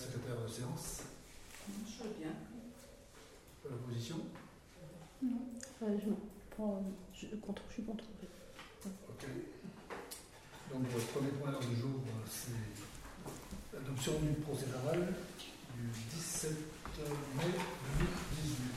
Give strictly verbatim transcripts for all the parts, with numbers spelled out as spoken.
secrétaire de séance. Je veux bien. L'opposition? Non. Enfin, je, prends, je, contre, je suis contre. Ok. Donc, le premier point du jour, c'est l'adoption du procès verbal du dix-sept mai deux mille dix-huit.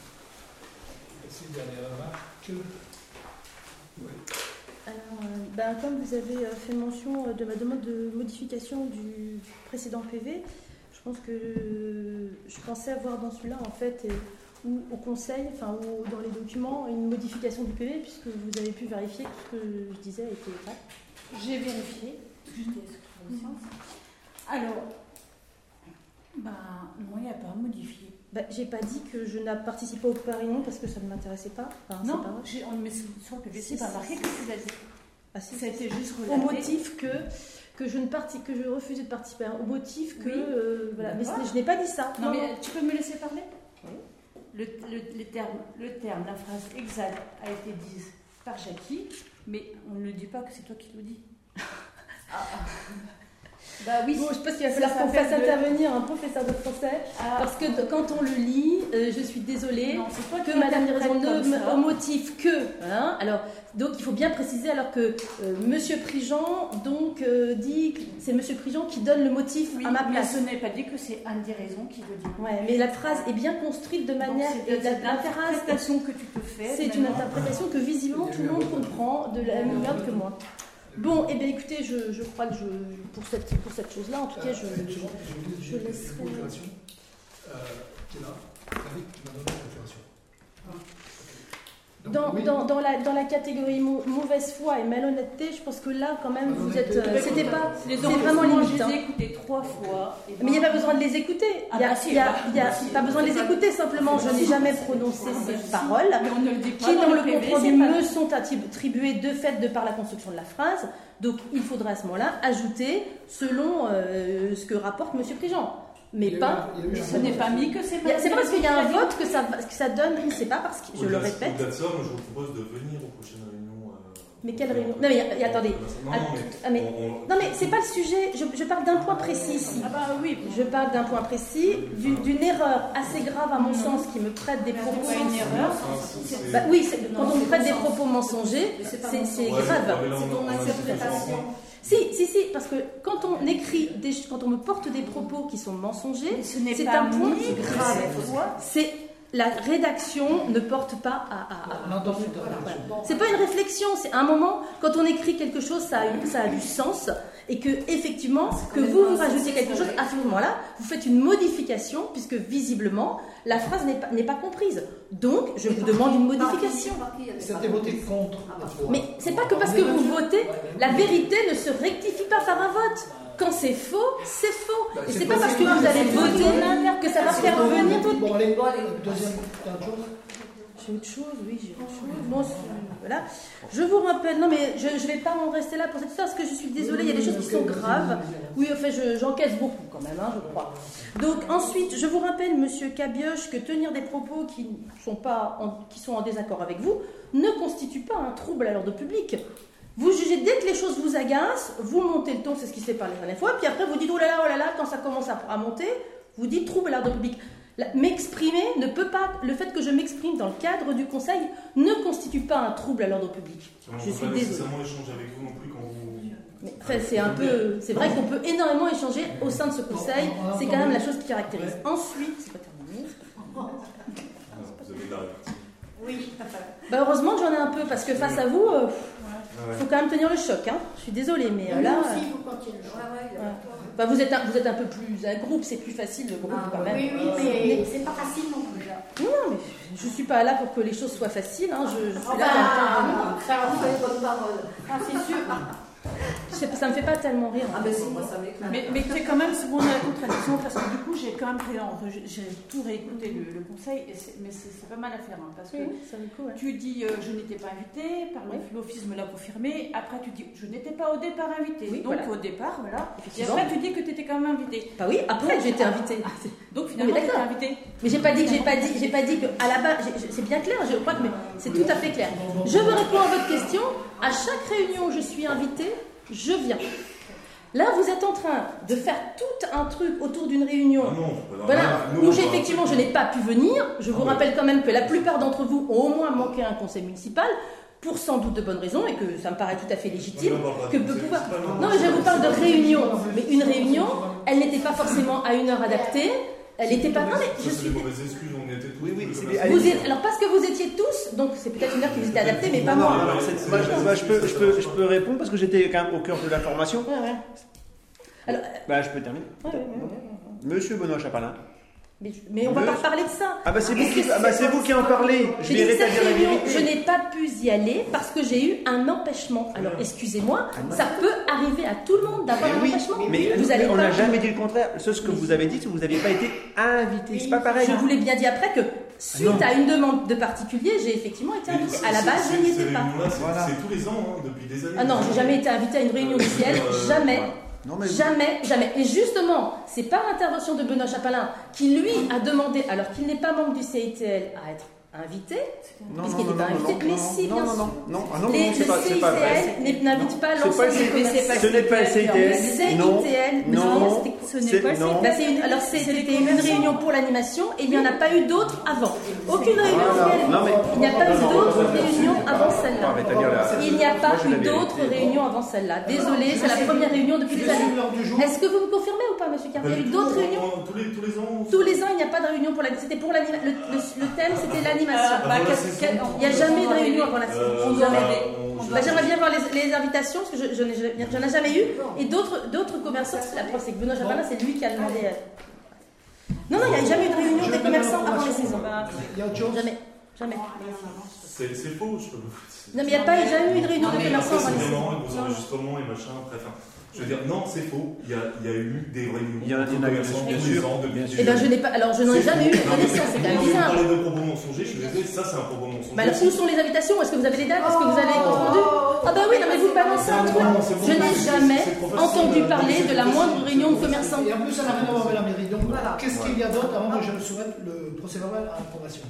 Est-ce qu'il y a des remarques? Oui. Alors, euh, ben, comme vous avez fait mention de ma demande de modification du précédent P V, je pense que je pensais avoir dans celui-là, en fait, et, ou au conseil, enfin, ou dans les documents, une modification du P V, puisque vous avez pu vérifier que ce que je disais était vrai. J'ai vérifié. Mmh. Alors, bah, non, il n'y a pas à modifier. Bah, j'ai pas dit que je n'ai participé au réunion parce que ça ne m'intéressait pas. Enfin, non, j'ai, on met sur le P V C, c'est pas marqué que tu l'as dit. Ah, si, ça a été juste relaté. Au motif que, que, je ne parti, que je refusais de participer. Au motif que. Oui. Euh, voilà. Mais je n'ai pas dit ça. Non, non, mais tu peux me laisser parler? Oui. Le, le, les termes, le terme, la phrase exacte a été dite par Jackie, mais on ne dit pas que c'est toi qui le dis. ah. Bah oui, bon, je pense qu'il va falloir qu'on fasse de... intervenir un professeur de français, ah, parce que d- quand on le lit, euh, je suis désolée non, c'est toi que Madame Raison ne au motif que, hein, alors donc il faut bien préciser alors que euh, Monsieur Prigent donc euh, dit que c'est Monsieur Prigent qui donne le motif oui, à ma place. Mais ce n'est pas dit que c'est Anne des Raisons qui le dit. Ouais, mais la phrase est bien construite de manière, donc, c'est et la, l'interprétation que tu peux faire. C'est une interprétation que visiblement tout le monde comprend de la même manière que moi. Bon, eh bien écoutez, je, je crois que je, pour cette, pour cette chose-là, en tout cas, je, je, je, je laisserai... Euh, qui est là, avec qui m'a donné la déclaration. Donc, dans, oui. dans, dans, la, dans la catégorie mau- mauvaise foi et malhonnêteté, je pense que là, quand même, vous êtes... Euh, c'était pas... C'est vraiment limite. Je les ai écoutés trois fois. Et mais il n'y a pas besoin de les écouter. Il n'y a, ah bah, y a, y a, y a pas besoin de les écouter, simplement, je n'ai jamais prononcé ces paroles qui, dans le compte rendu, me sont attribuées de fait de par la construction de la phrase. Donc, il faudra à ce moment-là ajouter selon euh, ce que rapporte M. Prigent. Mais pas. Mais ce n'est pas mis que c'est pas. C'est pas parce qu'il y a un vote que ça, que ça donne. C'est pas parce que je le répète. Au-delà de ça, moi je vous propose de venir aux prochaines réunions. Euh, mais quelle réunion? Non mais y a, y a, attendez. Non, non, mais, ah, mais, on, on... non mais c'est pas le sujet. Je, je parle d'un point précis ici. Ah bah oui. Je parle d'un point précis, d'une, d'une erreur assez grave à mon mmh. sens qui me prête des propos. C'est pas une erreur. Bah, oui, c'est, quand non, on me prête des propos mensongers, c'est, c'est, c'est ouais, grave. C'est ton interprétation. Si, si, si, parce que quand on écrit, des, quand on me porte des propos qui sont mensongers, c'est un point grave. C'est la rédaction ne porte pas à. à, à, à voilà. C'est pas une réflexion, c'est un moment quand on écrit quelque chose, ça a, ça a du sens et que effectivement que vous vous rajoutez quelque chose à ce moment-là, vous faites une modification puisque visiblement la phrase n'est pas, n'est pas comprise. Donc je vous demande une modification. C'était voté contre. Mais c'est pas que parce que vous votez, la vérité ne se rectifie pas par un vote. Quand c'est faux, c'est faux. Bah, et c'est, c'est pas parce que vous allez voter que ça va faire revenir votre... Bon, allez, deuxième, t'as autre chose? J'ai autre chose, oui, j'ai autre chose. Bon, voilà. Je vous rappelle, non mais je ne vais pas en rester là pour cette histoire parce que je suis désolée, il y a des choses qui sont graves. Oui, en fait, je, j'encaisse beaucoup quand même, hein, je crois. Donc ensuite, je vous rappelle, Monsieur Cabioche, que tenir des propos qui sont, pas en, qui sont en désaccord avec vous ne constitue pas un trouble à l'ordre public. Vous jugez dès que les choses vous agacent, vous montez le ton, c'est ce qui s'est parlé la dernière fois, puis après vous dites oh là là, oh là là, quand ça commence à, à monter, vous dites trouble à l'ordre public. La, m'exprimer ne peut pas, le fait que je m'exprime dans le cadre du conseil ne constitue pas un trouble à l'ordre public. On je suis pas désolée. nécessairement échanger avec vous non plus quand vous. Mais, enfin, c'est un peu, c'est vrai qu'on peut énormément échanger au sein de ce conseil, c'est quand même la chose qui caractérise. Ensuite, c'est pas terminé. C'est pas vous avez de la répartie. Oui. Bah heureusement que j'en ai un peu parce que face à vous. Euh, Il ouais. faut quand même tenir le choc, hein. Je suis désolée, mais euh, là. Aussi, vous continuez le choc. Ouais, ouais, ouais. Enfin, vous êtes un, vous êtes un peu plus un groupe, c'est plus facile le groupe ah, quand même. Oui, oui, mais, mais c'est pas facile non plus. Non, mais je suis pas là pour que les choses soient faciles. Hein. Je, je suis oh là bah, pour faire en fait bonne parole. Ah, c'est sûr. Ça me fait pas tellement rire. Ah, ben si, moi ça m'éclate. Mais, mais tu es quand même souvent dans la contradiction parce que du coup, j'ai quand même j'ai, j'ai tout réécouté le, le conseil, et c'est, mais c'est, c'est pas mal à faire. Hein, parce que oui, ça coup, ouais. tu dis euh, je n'étais pas invitée, par oui. l'office me l'a confirmé. Après, tu dis je n'étais pas au départ invitée. Oui, donc voilà. au départ, voilà. Et après, tu dis que tu étais quand même invitée. Bah oui, après donc, j'étais invitée. Ah, donc finalement, tu étais invitée. Mais j'ai pas dit que j'ai pas dit, j'ai pas dit que à la base, c'est bien clair. Je crois que c'est tout à fait clair. Je veux répondre à votre question. À chaque réunion où je suis invitée, je viens. Là, vous êtes en train de faire tout un truc autour d'une réunion. Ah non, pas dans- Voilà, nous, où on j'ai va- effectivement je n'ai pas pu venir. Je vous Ah ouais. rappelle quand même que la plupart d'entre vous ont au moins manqué un conseil municipal pour sans doute de bonnes raisons et que ça me paraît tout à fait légitime. Non, on va pas Que de peut conseil pouvoir... municipal, Non, mais je vous parle de réunion. Mais une réunion, elle n'était pas forcément à une heure adaptée. Elle n'était pas. Non, mais je Ça, c'est suis. des mauvaises excuses, on était tous. Oui, oui, tous c'est comme des- ça. allez, Vous êtes... Alors parce que vous étiez tous, donc c'est peut-être une heure qui vous était adaptée, mais pas Non, moi. non, non, c'est- moi, je, moi, je peux, je, peux, je peux répondre parce que j'étais quand même au cœur de l'information. Ouais, ouais. Alors, Bah, je peux terminer. ouais, ouais, ouais, ouais. Monsieur Benoît Chapalin. Mais, mais on va Le- pas reparler de ça. Ah bah c'est vous, Est-ce qui, que ah bah, c'est- c'est vous qui en parlez. Je Je vais dis que cette rétablir la réunion, vérité. je n'ai pas pu y aller parce que j'ai eu un empêchement. Alors excusez-moi, ça peut arriver à tout le monde d'avoir Mais un oui, empêchement. mais vous allez on pas- n'a jamais dit le contraire. Ce que vous avez dit, c'est que vous n'aviez pas été invité. C'est pas pareil. Je vous l'ai bien dit après que suite non. à une demande de particulier, j'ai effectivement été Mais invitée. c'est- À la c'est- base, c'est- je n'y ces étais pas. réunions-là, c'est- Voilà. C'est tous les ans, hein, depuis des années. Ah non, j'ai jamais été invitée à une réunion du ciel, Euh, jamais. Non, mais vous- Jamais, jamais. Et justement, c'est par l'intervention de Benoît Chapalin qui, lui, a demandé, alors qu'il n'est pas membre du C I T L, à être invité. Non, Puisqu'il non, n'est pas non, invité, non, mais non, si, non, bien non, sûr. non, non, ah non, Les- non, c'est pas, le c'est pas vrai. C I T L n'est- n'invite pas C'est pas l'ensemble le des commerçants. Ce n'est pas le C I T Le L. C I Non, T L, non, c'était- Ce n'est c'est- pas le non. Bah, c'est une- alors c'était une réunion pour l'animation et il n'y en a pas eu d'autres avant. Aucune réunion. Voilà. réelle. Non, mais- Il n'y a pas eu Non, non, d'autres non, non, réunions non, avant on va celle-là. rétablir la- Il n'y a pas Moi, j'ai eu la vérité. d'autres réunions avant celle-là. Désolée, c'est la première réunion depuis des années. Est-ce que vous me confirmez ou pas, monsieur Carpé? Il y a eu d'autres réunions? Tous les, tous les ans. Tous les ans, il n'y a pas de réunion pour l'animation. C'était pour l'animation. Le, le- le thème, c'était l'animation. Ah, bah, voilà, qu'est-ce- c'est quel- ça. Il n'y a jamais de réunion avant la saison. Euh, On doit bah, rêver. on- Bah, j'aimerais bien voir les, les invitations parce que je, je n'ai jamais- j'en ai jamais eu. Et d'autres d'autres commerçants, parce que la preuve c'est que Benoît Chapalin, c'est lui qui a demandé. euh, Non, non, il n'y a jamais eu de réunion des commerçants avant les saisons. Il y a autre chose. Jamais. Jamais. C'est c'est faux, je peux vous dire. Non, mais il n'y a pas il y a jamais eu de réunion Non, des mais commerçants Après, avant c'est les saisons. vraiment avec vos enregistrements et machin, bref. hein. Je veux dire, non, c'est faux. Il y a, il y a eu des réunions. Il y en a- il y en a eu, commerçants bien tous les sûr, ans depuis bien des Eh ben, je n'ai pas. Alors, je n'en ai C'est jamais eu faux. connaissance, c'est quand même Non, mais bizarre. Vous parlez de propos mensongers, je suis désolé, ça c'est un propos mensonger. Bah, alors, où sont les invitations? Est-ce que vous avez les dates? Est-ce que vous avez les comptes rendus? Ah, bah oui, non, mais vous balancez un truc. Je n'ai jamais entendu parler de la moindre réunion de commerçants. Et en plus, ça n'a rien à voir avec la mairie. Donc voilà, qu'est-ce qu'il y a d'autre avant que je le soumette le procès verbal à l'approbation?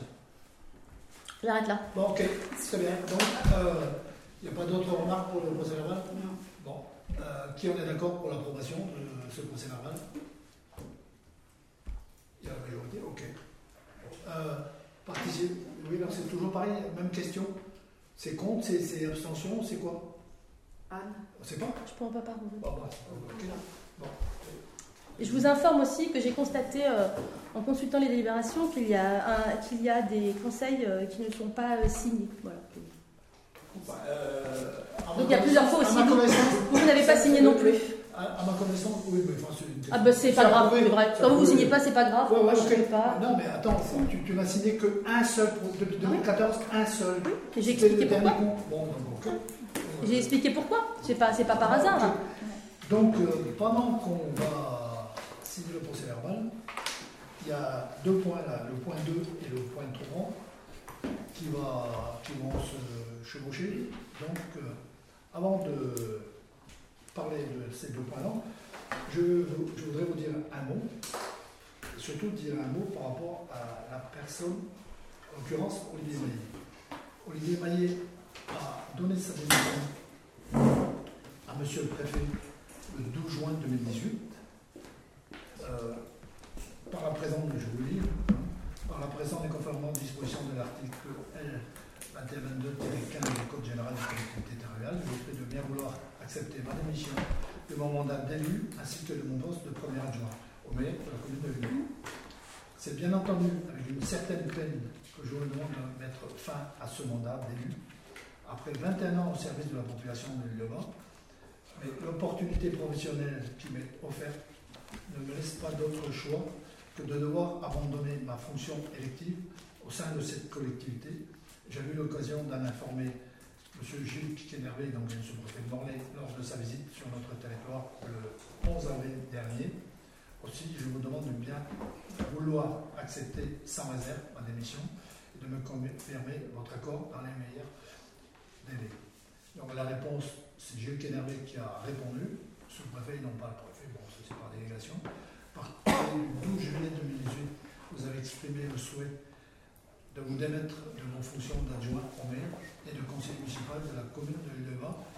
J'arrête là. Bon, ok, très bien. Donc, euh, il n'y a pas d'autres remarques pour le procès verbal? Non. Bon, euh, qui en est d'accord pour l'approbation de ce procès verbal? Il y a la majorité, ok. Euh, participe, oui, alors c'est toujours pareil, même question. C'est contre, c'est, c'est abstention, c'est quoi? Anne. On ne sait pas? Je pourrais pas parler. Bon, bah, ok. Bon. Et je vous informe aussi que j'ai constaté euh, en consultant les délibérations qu'il y a, un- qu'il y a des conseils euh, qui ne sont pas euh, signés. Voilà. Bah, euh, à ma Donc il y a plusieurs fois connaissance- aussi. à ma Vous, connaissance- vous n'avez pas signé non plus. À, à ma connaissance, oui, mais enfin, c'est une question. Ah bah c'est pas Ça grave, pourrait- c'est vrai. ça Quand vous vous pourrait- signez pas, c'est pas grave. Ouais, ouais, Moi je ok. ne sais pas. Non, mais attends, c'est- tu, tu n'as signé qu'un seul, pour- depuis deux mille quatorze, un seul. Et j'ai C'était expliqué le dernier pourquoi. coup. Bon, donc, ok. J'ai expliqué pourquoi. C'est pas, c'est pas par hasard. Ok. hein. Donc, euh, pendant qu'on va signer le procès verbal, il y a deux points là, le point deux et le point trois, qui, va, qui vont se chevaucher. Donc, euh, avant de parler de ces deux points-là, je, je voudrais vous dire un mot, et surtout dire un mot par rapport à la personne, en l'occurrence Olivier Maillet. Olivier Maillet a donné sa démission à Monsieur le Préfet le douze juin deux mille dix-huit, euh, par la présence, je vous le lis, hein, par la présence et conformément aux dispositions de l'article L vingt et un vingt-deux quinze du Code général des collectivités territoriales, je vous prie de bien vouloir accepter ma démission de mon mandat d'élu ainsi que de mon poste de premier adjoint au maire de la commune de Lyon. C'est bien entendu avec une certaine peine que je vous demande de mettre fin à ce mandat d'élu après vingt et un ans au service de la population de l'Île-de-Bas. Mais l'opportunité professionnelle qui m'est offerte ne me laisse pas d'autre choix que de devoir abandonner ma fonction élective au sein de cette collectivité. J'ai eu l'occasion d'en informer M. Gilles Kenervé, donc M. le préfet de Morlaix, lors de sa visite sur notre territoire le onze avril dernier. Aussi, je vous demande de bien vouloir accepter sans réserve ma démission et de me confirmer votre accord dans les meilleurs délais. Donc la réponse, c'est Gilles Kenervé qui a répondu. Sous le préfet, non pas le préfet, bon, ça c'est par délégation. Par courrier du douze juillet deux mille dix-huit, vous avez exprimé le souhait de vous démettre de vos fonctions d'adjoint au maire et de conseiller municipal de la commune de Lille-de-Bas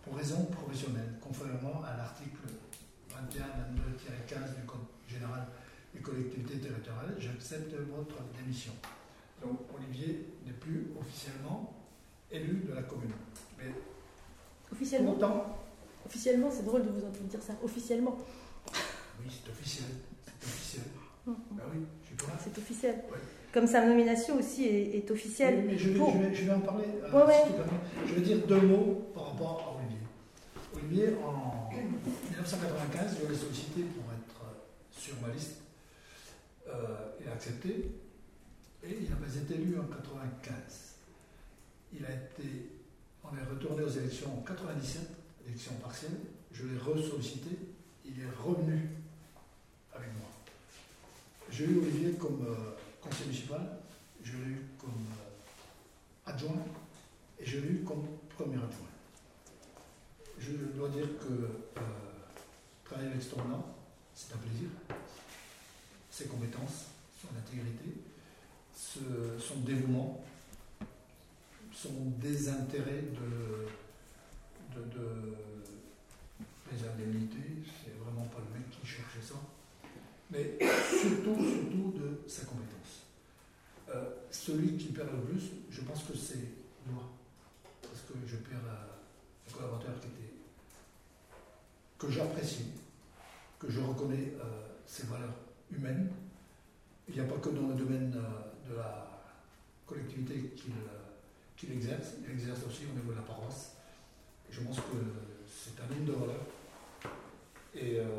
pour raison professionnelle, conformément à l'article vingt et un vingt-deux tiret quinze du Code général des collectivités territoriales. J'accepte votre démission. Donc Olivier n'est plus officiellement élu de la commune. Mais Officiellement pourtant, Officiellement, c'est drôle de vous entendre dire ça. Officiellement. oui, c'est officiel. C'est officiel. Hum. Ben oui, je suis pas là. C'est officiel. Ouais. Comme sa nomination aussi est, est officielle. Oui, mais je vais, Pour- je vais- je vais en parler. euh, Ouais, ouais. si tu permets. Je vais dire deux mots par rapport à Olivier. Olivier, en dix-neuf cent quatre-vingt-quinze, je l'ai sollicité pour être euh, sur ma liste. Euh, il a accepté et il n'a pas été élu en quatre-vingt-quinze. Il a été, on est retourné aux élections en quatre-vingt-dix-sept, élections partielles. Je l'ai ressollicité. Il est revenu avec moi. J'ai eu Olivier comme euh, conseiller municipal, je l'ai eu comme euh, adjoint et je l'ai eu comme premier adjoint. Je dois dire que euh, travailler avec cet homme-là, c'est un plaisir. Ses compétences, son intégrité, ce- son dévouement, son désintérêt de, de, de les indemnités, c'est vraiment pas le mec qui cherchait ça, mais surtout, surtout de sa compétence. Euh, celui qui perd le plus, je pense que c'est moi, parce que je perds un collaborateur qui était, que j'apprécie, que je reconnais euh, ses valeurs humaines. Il n'y a pas que dans le domaine euh, de la collectivité qu'il euh, qu'il exerce, il exerce aussi au niveau de la paroisse. Je pense que c'est un homme de valeur. Et euh,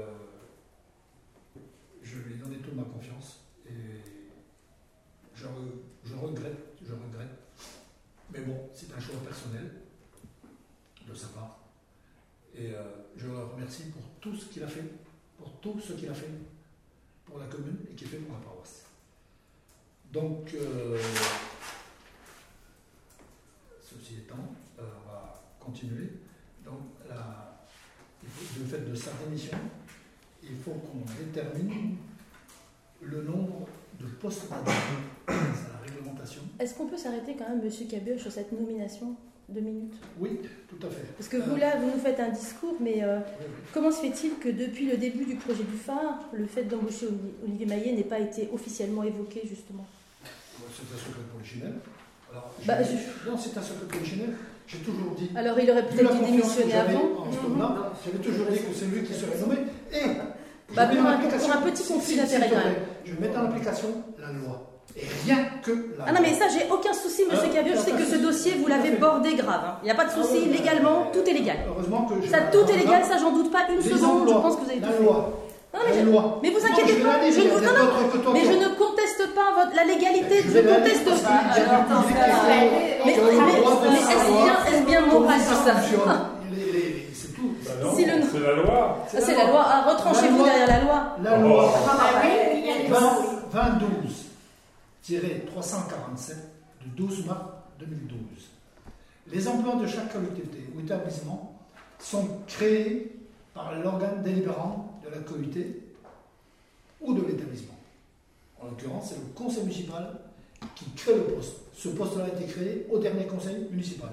je lui ai donné toute ma confiance. Et je, je regrette, je regrette. Mais bon, c'est un choix personnel de sa part. Et euh, je le remercie pour tout ce qu'il a fait, pour tout ce qu'il a fait pour la commune et qu'il fait pour la paroisse. Donc, euh, ceci étant, euh, on va continuer. Donc, la, le fait de sa démission, il faut qu'on détermine le nombre de postes d'adjoints. C'est la réglementation. Est-ce qu'on peut s'arrêter quand même, Monsieur Cabioche, sur cette nomination? Deux minutes. Oui, tout à fait. Parce que vous, là, vous nous faites un discours, mais euh, Oui, oui. comment se fait-il que depuis le début du projet du phare, le fait d'embaucher Oli- Olivier Maillet n'ait pas été officiellement évoqué, justement? C'est un secret polichinelle. Alors, je- Bah, je- Non, c'est un secret polichinelle. J'ai toujours dit. Alors, il aurait Vu peut-être la dû confiance que démissionner j'avais avant. en ce homme-là, j'avais toujours dit que c'est lui qui serait nommé. Et je Bah, mets pour en un- application- pour un petit si- conflit si- d'intérêts, s'il te quand plaît, Je vais mettre en application la loi. Et rien que la Ah non, mais ça, j'ai aucun souci, Monsieur Ah, Cabioche. Je sais aucun que ce souci. dossier, vous Tout à l'avez fait. bordé grave. hein. Il n'y a pas de souci, Ah ouais, légalement, mais- tout est légal. Heureusement que je. Ça, tout est légal, ça, j'en doute pas une Les seconde. emplois, Je pense que vous avez la tout fait. loi. Non, mais, la je- loi. mais vous Non, inquiétez je vais pas, la dire, je il y a ne vous- des non, non, autres que toi, mais toi. je ne conteste pas votre, la légalité, Je je vais ne la conteste dire, pas. parce qu'il y a Alors, des mais, gens mais- qui ont le mais- droit de mais est-ce savoir bien, est-ce bien comment moral ça tout ça? fonctionne. Les- les- C'est tout. Bah non, Si le- c'est la loi. Ah, c'est la loi. Ah, retranchez-vous La loi. derrière la loi. La loi Ah, oui, il y a des vingt douze trois cent quarante-sept du douze mars deux mille douze. Les emplois de chaque collectivité ou établissement sont créés par l'organe délibérant de la collectivité ou de l'établissement. En l'occurrence, c'est le conseil municipal qui crée le poste. Ce poste-là a été créé au dernier conseil municipal.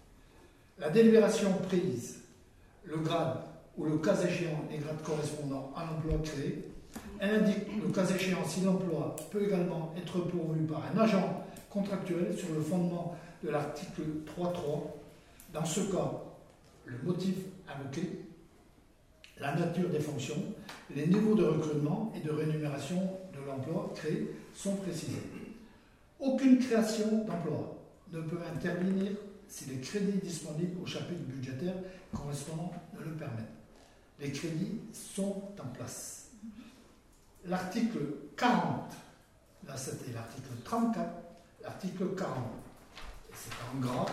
La délibération prise, le grade ou le cas échéant les grades correspondant à l'emploi créé, elle indique le cas échéant si l'emploi peut également être pourvu par un agent contractuel sur le fondement de l'article trois point trois. Dans ce cas, le motif invoqué, la nature des fonctions, les niveaux de recrutement et de rémunération de l'emploi créé sont précisés. Aucune création d'emploi ne peut intervenir si les crédits disponibles au chapitre budgétaire correspondant ne le permettent. Les crédits sont en place. L'article quarante, là c'était l'article trente-quatre, l'article quarante, et c'est en gras,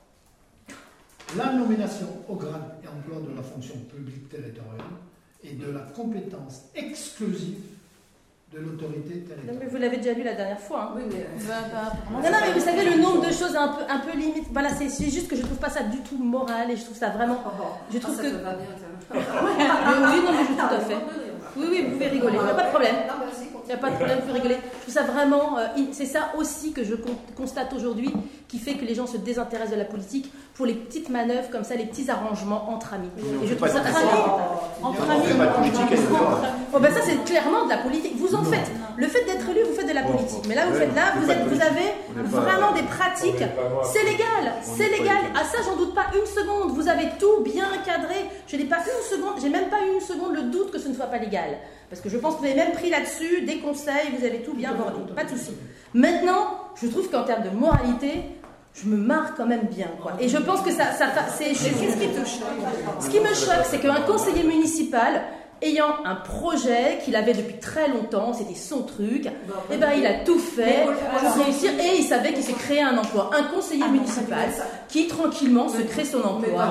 la nomination au grade et emploi de la fonction publique territoriale est de la compétence exclusive de l'autorité Non, mais territoriale. vous l'avez déjà lu la dernière fois. hein. Oui, mais. Non, non, mais vous savez, le nombre de choses un peu, un peu limite. Voilà, c'est c'est juste que je trouve pas ça du tout moral et je trouve ça vraiment. Je trouve Ah, ça que- te va bien, ça. Oui, non, mais je- tout à fait. Oui, oui, vous pouvez rigoler, il n'y a pas de problème. Non, merci, Il n'y a pas de problème, vous pouvez rigoler. Je trouve ça vraiment. euh, il- c'est ça aussi que je con- constate aujourd'hui qui fait que les gens se désintéressent de la politique pour les petites manœuvres comme ça, les petits arrangements entre amis. on Et je fait trouve pas ça de très politique. bien. Entre On amis. fait pas de politique, elle est dehors. Oh, ben ça, c'est clairement de la politique. Vous en faites. Le fait d'être élu, vous faites de la Bon, politique. bon. Mais là, vous Ouais, faites là, on vous, fait êtes, pas de vous politique. avez On n'est pas- vraiment des pratiques. C'est légal, On c'est n'est pas légal. légal. Ah ça, j'en doute pas une seconde. Vous avez tout bien cadré. Je n'ai pas une seconde, j'ai même pas eu une seconde le doute que ce ne soit pas légal. Parce que je pense que vous avez même pris là-dessus des conseils, vous avez tout bien bordé. Pas de souci. Maintenant, je trouve qu'en termes de moralité, je me marre quand même bien, quoi. Et je pense que ça, ça, c'est. Qu'est-ce qui te choque ? Ce qui me choque, c'est qu'un conseiller municipal, ayant un projet qu'il avait depuis très longtemps, c'était son truc, et ben il a tout fait pour réussir et il savait qu'il s'est créé un emploi. Un conseiller municipal qui tranquillement se crée son emploi. Voilà.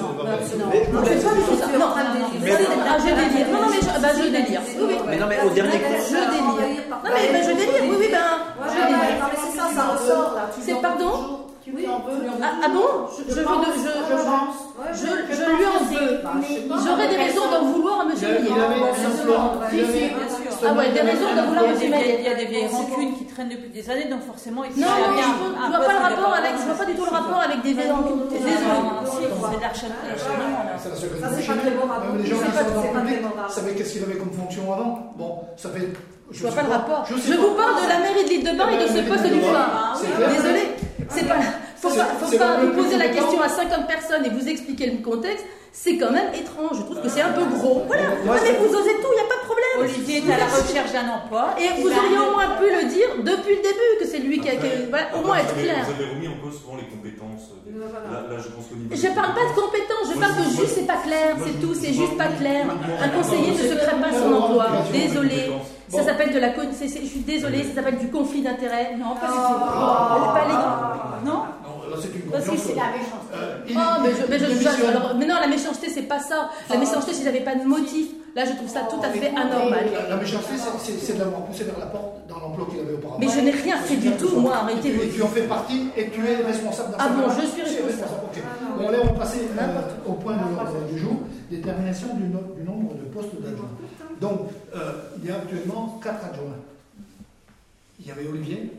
Non, c'est pas du tout ça. Non, ah, je délire. Non, non, mais je, bah, je délire. Oui, oui. Mais non, mais au dernier coup, Je délire. Non, mais, mais je délire. Oui, oui, ben. Je Ouais, délire. non, mais c'est ça, ça ressort là. Tu C'est lui en pardon veux toujours. Tu lui en veux. Ah, ah bon je, je, je, pense, je, je, pense. je, je lui en veux. Bah, je sais pas. J'aurais des raisons d'en vouloir à Il Monsieur a- il Millet. avait bien un sûr. plan. Si, il si, avait- bien sûr. Ah ouais, des raisons d'en vouloir Il y a Monsieur des vieilles- Millet. il y a des vieilles rancunes qui traînent depuis des années, donc forcément, il Non, faut non, bien je un- ne un vois poste pas le de rapport départ. avec, je vois pas du tout le rapport avec des vieilles rancunes. C'est Désolée. c'est de l'acharnement, là. Ça, c'est Ça, c'est pas très moral. Même les gens C'est qui pas- sont dans c'est le pas public très moral. savaient qu'est-ce qu'il avait comme fonction avant. Bon, ça fait. Je vois pas le rapport. Je, Je sais vous pas. parle de la mairie de l'île de Bain et de ce poste du Voilà. foin. C'est clair. Désolé, c'est pas. Faut C'est- pas, faut c'est pas le vous poser la plus question compétent. à cinquante personnes et vous expliquer le contexte. C'est quand même étrange. Je trouve que c'est un peu gros. Voilà. Moi, Ah, mais vous osez tout, il n'y a pas de problème. Olivier est à la recherche d'un emploi. Et vous auriez au moins pu le dire depuis le début que c'est lui qui a. qui- voilà, au moins être Vous avez- clair. Vous avez remis en cause souvent les compétences. euh, Là, là, je pense qu'au niveau. Je parle pas de compétences, je Moi, parle je- de moi, juste c'est pas clair, moi, c'est je- tout, c'est moi, juste pas moi, clair. moi, moi, Un conseiller ne se crée pas son moi, emploi. moi, moi, Désolé. Bon. Ça s'appelle de la con- c'est- c'est- je suis désolée, ça s'appelle du conflit d'intérêts. Non, pas du Oh. tout. Elle est pas légale. Non. Non, là, c'est une Parce que confiance. c'est la méchante. Euh, il- Oh, mais je, mais je- il je- démissionne. alors, mais non, la méchanceté, c'est pas ça. La méchanceté, si j'avais pas de motif, là, je trouve ça tout à fait anormal. La, la méchanceté, c'est- c'est c'est de l'avoir poussé vers la porte dans l'emploi qu'il avait auparavant. Mais je n'ai rien fait du tout, moi, arrêtez. Et tu, et tu en fais partie et tu es responsable dans Ah ce bon, cas-là. je suis Tu es responsable. Ok. Bon, allez, on va passer euh, au point de l'ordre du jour, détermination du, no- du nombre de postes d'adjoints. Donc, euh, il y a actuellement quatre adjoints. Il y avait Olivier,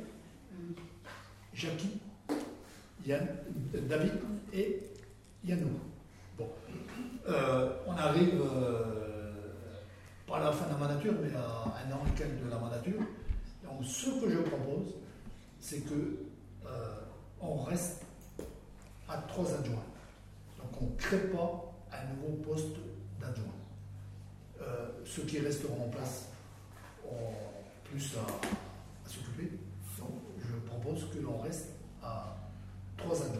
Jackie, Yann, David et Yannou. Bon. Euh, on arrive euh, pas à la fin de la mandature, mais à un an et quelques de la mandature. Donc, ce que je propose, c'est que euh, on reste à trois adjoints. Donc, on ne crée pas un nouveau poste d'adjoint. Euh, ceux qui resteront en place ont plus à, à s'occuper. Donc, je propose que l'on reste à trois adjoints.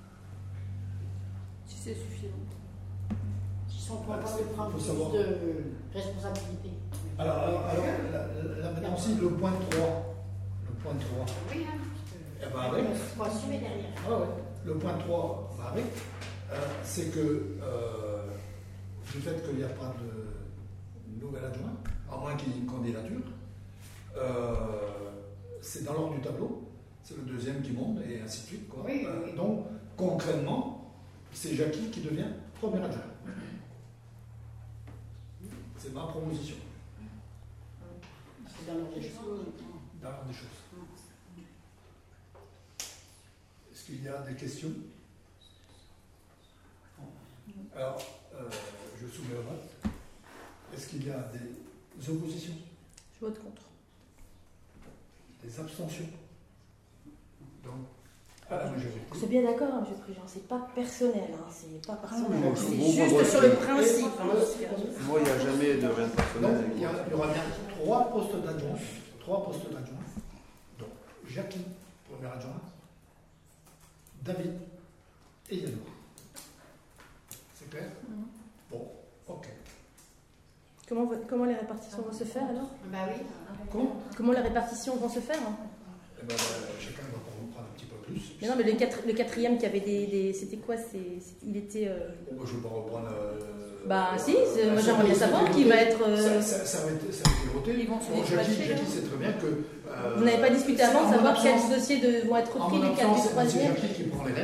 Si c'est suffisant. Ils sont Bah, contents c'est- de prendre faut plus savoir. de responsabilité. Alors, alors, alors, là, là, maintenant aussi, le point trois. Le point trois. Oui, hein. Eh ben, avec. Faut assumer derrière. Ah ouais. Le point trois va avec. Euh, c'est que euh, du fait qu'il n'y a pas de nouvel adjoint, à moins qu'il y ait une candidature, euh, c'est dans l'ordre du tableau, c'est le deuxième qui monte et ainsi de suite. Quoi. Oui, oui, Euh, oui. donc, concrètement, c'est Jackie qui devient premier adjoint. C'est ma proposition, C'est dans l'ordre des choses. dans l'ordre des choses. Est-ce qu'il y a des questions? Alors, euh, je soumets au vote. Est-ce qu'il y a des oppositions, Je vote contre. des abstentions? Donc, à la majorité. C'est bien d'accord, hein, monsieur le Président, c'est pas personnel, hein, c'est pas personnel. non, C'est bon, juste bon, sur bon, le bon. principe. hein, Et- parce que- moi, il n'y a jamais de rien de Donc, personnel. il y, a- il y aura bien trois postes d'adjoints. Trois postes d'adjoints. Donc, Jackie, premier adjoint. David et Yannou. C'est clair? Bon, ok. Comment, va- comment les répartitions vont se faire alors? Bah oui. Comment? Comment les répartitions vont se faire, hein? Eh ben, euh, chacun va pouvoir prendre un petit peu plus. Mais non, mais le, quatre- le quatrième qui avait des. des- c'était quoi c'est, c'est- Il était. euh, Bon, moi, je ne vais pas reprendre. euh, Bah, euh, si, c'est- euh, moi, ça j'aimerais a bien été savoir voté. qui va être, euh, Ça, ça, ça a été, ça a été voté. Ils vont se Bon, Jackie, dispatcher, Jackie hein. sait très bien que. euh, Vous n'avez pas discuté c'est avant de en savoir mon quels absence- dossiers de- vont être En repris mon du quatre absence, du c'est troisième? Jackie qui prend les rênes.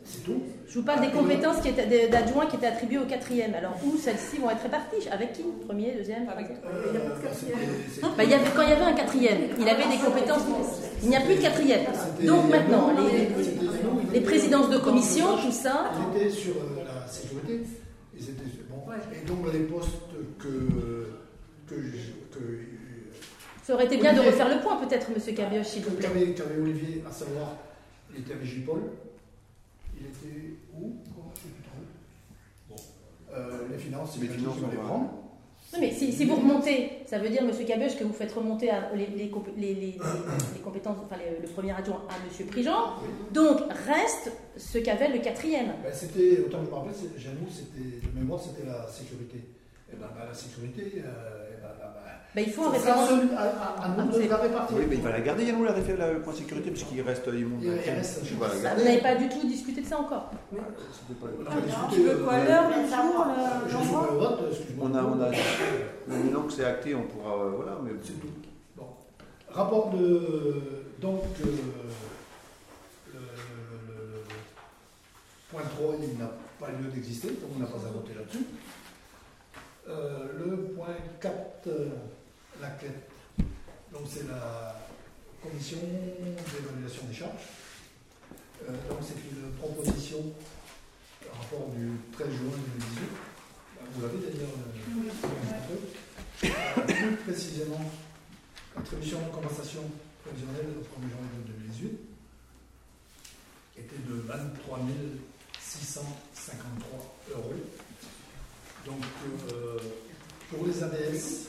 c'est tout. Je vous parle des compétences qui étaient, d'adjoints qui étaient attribuées au quatrième. Alors, où celles-ci vont être réparties? Avec qui? Premier, deuxième, troisième? Euh, bah, c'était- c'était- Bah, il y avait, quand il y avait un quatrième, il avait des compétences. Il n'y a plus de quatrième. c'était- Donc maintenant, les, c'était- nous, ils les étaient- présidences de commission, tout ça. Ils étaient sur euh, la sécurité. Ils étaient, bon. Et donc les postes que, que, je- que, Ça aurait été bien de refaire le point, peut-être, monsieur Cabioche, s'il vous plaît. qu'avait, qu'avait Olivier, à savoir, il était avec J-Paul. Il était où? Je sais plus trop. Bon. Euh, les finances, c'est Les quelqu'un finances, qui va les on va- prendre. Non, mais si, si vous remontez, ça veut dire, monsieur Cabioche, que vous faites remonter à- les, les, compé- les, les- les compétences, enfin les- le premier adjoint à monsieur Prigent. Donc reste ce qu'avait le quatrième. Ben, c'était, autant que je me rappelle, c'est- chez nous, c'était, de mémoire, c'était la sécurité. Et ben, ben, la sécurité, euh, et ben, ben, ben, Ben, il faut un ça sera référent. celui- à, à, à nous de la répartir. Oui, mais il va la garder, Yannou, la, réfé- la- le point sécurité, puisqu'il reste. Il, monte Il un reste- thème. Il va la Ah, garder. vous n'avez pas du tout discuté de ça encore. C'était pas- On a discuté, Tu veux quoi, euh, l'heure, le jour, le- Je l'endroit? soumets au vote, excuse-moi. On a, on a. Maintenant que c'est acté, on pourra. euh, voilà, mais C'est tout. Bon. Rapport de. Donc, euh, le, le- le- le point trois, il n'a pas lieu d'exister, donc on n'a pas à voter là-dessus. Euh, le point quatre, euh, la quête. Donc, c'est la commission d'évaluation des charges. Euh, donc, c'est une proposition, un rapport du treize juin deux mille dix-huit. Vous l'avez d'ailleurs. euh, Euh, plus précisément, l'attribution de compensation prévisionnelle au premier janvier deux mille dix-huit était de vingt-trois mille six cent cinquante-trois euros. Donc, euh, pour les A D S,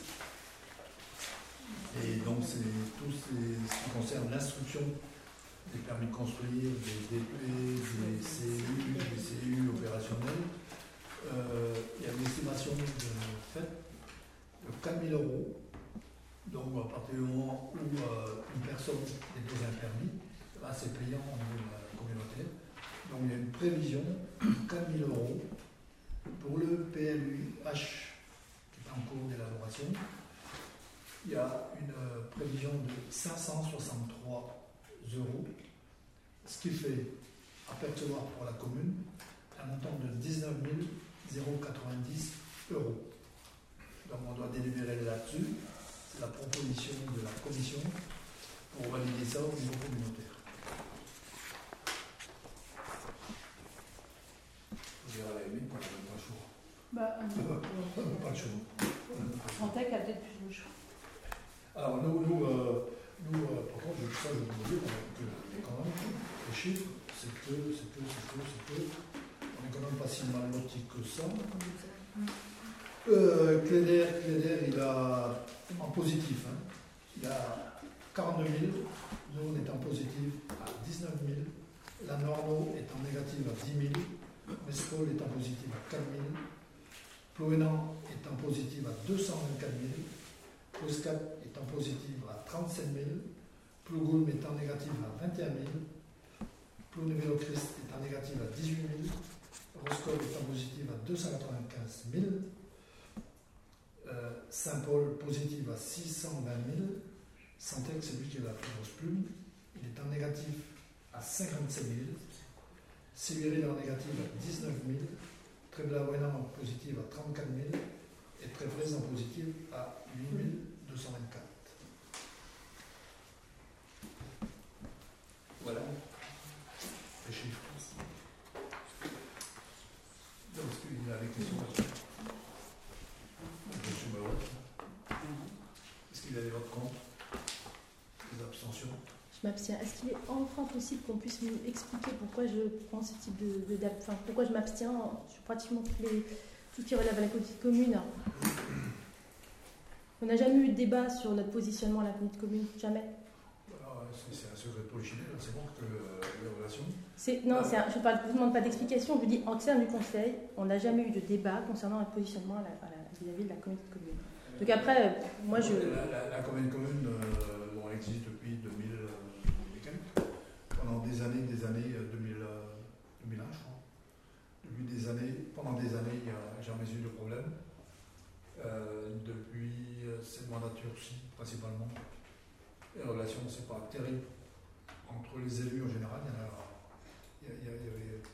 et donc c'est tout ces- ce qui concerne l'instruction des permis de construire, des D P, des C U, des C U opérationnels, euh, il y a une estimation de fait de quatre mille euros. Donc, à partir du moment où euh, une personne dépose un permis, là, c'est payant au niveau de la communautaire. Donc, il y a une prévision de quatre mille euros pour le P L U H qui est en cours d'élaboration. Il y a une euh, prévision de cinq cent soixante-trois euros, ce qui fait à percevoir pour la commune un montant de dix-neuf mille quatre-vingt-dix euros. Donc on doit délibérer là-dessus. C'est la proposition de la commission pour valider ça au niveau communautaire. Vous verrez à la limite, on n'a pas le choix. Bah, On n'a pas le choix. Fantec a peut-être plus le choix. Alors nous, nous, euh, nous euh, par contre, je, ça, je vous dis que quand même, les chiffres, c'est que, c'est que, c'est que, c'est que, on est quand même pas si mal loti que ça. Euh, Cléder, Cléder, il a en positif, hein, il a quarante-deux mille, nous on est en positif à dix-neuf mille, la Norno est en négatif à dix mille, Mespol est en positif à quatre mille, Ploénan est en positif à deux cent vingt-quatre mille, Coscat est en positif à trente-sept mille, Plougoulm est en négatif à vingt et un mille, Plounévélo-Christ est en négatif à dix-huit mille, Roscoe est en positif à deux cent quatre-vingt-quinze mille, euh, Saint-Paul positif à six cent vingt mille, Santec, c'est lui qui a la plus grosse plume, il est en négatif à cinquante-sept mille, Sévéril en négatif à dix-neuf mille, Tréblaouénan en positif à trente-quatre mille, et Tréfraise en positif à huit mille deux cent vingt-quatre. Voilà les chiffres. Donc, est-ce qu'il y a des questions là-dessus? Monsieur Baouet. Est-ce qu'il y a des votes contre? Des abstentions? Je m'abstiens. Est-ce qu'il est enfin possible qu'on puisse nous expliquer pourquoi je prends ce type de, de, d'ab- enfin, pourquoi je m'abstiens sur pratiquement tous les, tout ce qui relève à la politique commune? On n'a jamais eu de débat sur notre positionnement à la politique commune, jamais. Alors, c'est, c'est un secret de polichinelle, c'est bon que euh, les relations. C'est, non, c'est un- je ne vous demande pas d'explication, je vous dis en sein du Conseil, on n'a jamais eu de débat concernant notre positionnement à la, à la, vis-à-vis de la communauté commune. Donc après, moi je... La, la, la commune commune, euh, bon, elle existe depuis deux mille et quelques, pendant des années, des années, euh, deux mille, euh, deux mille un, je crois. Depuis des années, pendant des années, il n'y a jamais eu de problème. Euh, depuis euh, cette mandature-ci, principalement, les relations, c'est pas terrible entre les élus en général. Il y, en a, il y, a, il y avait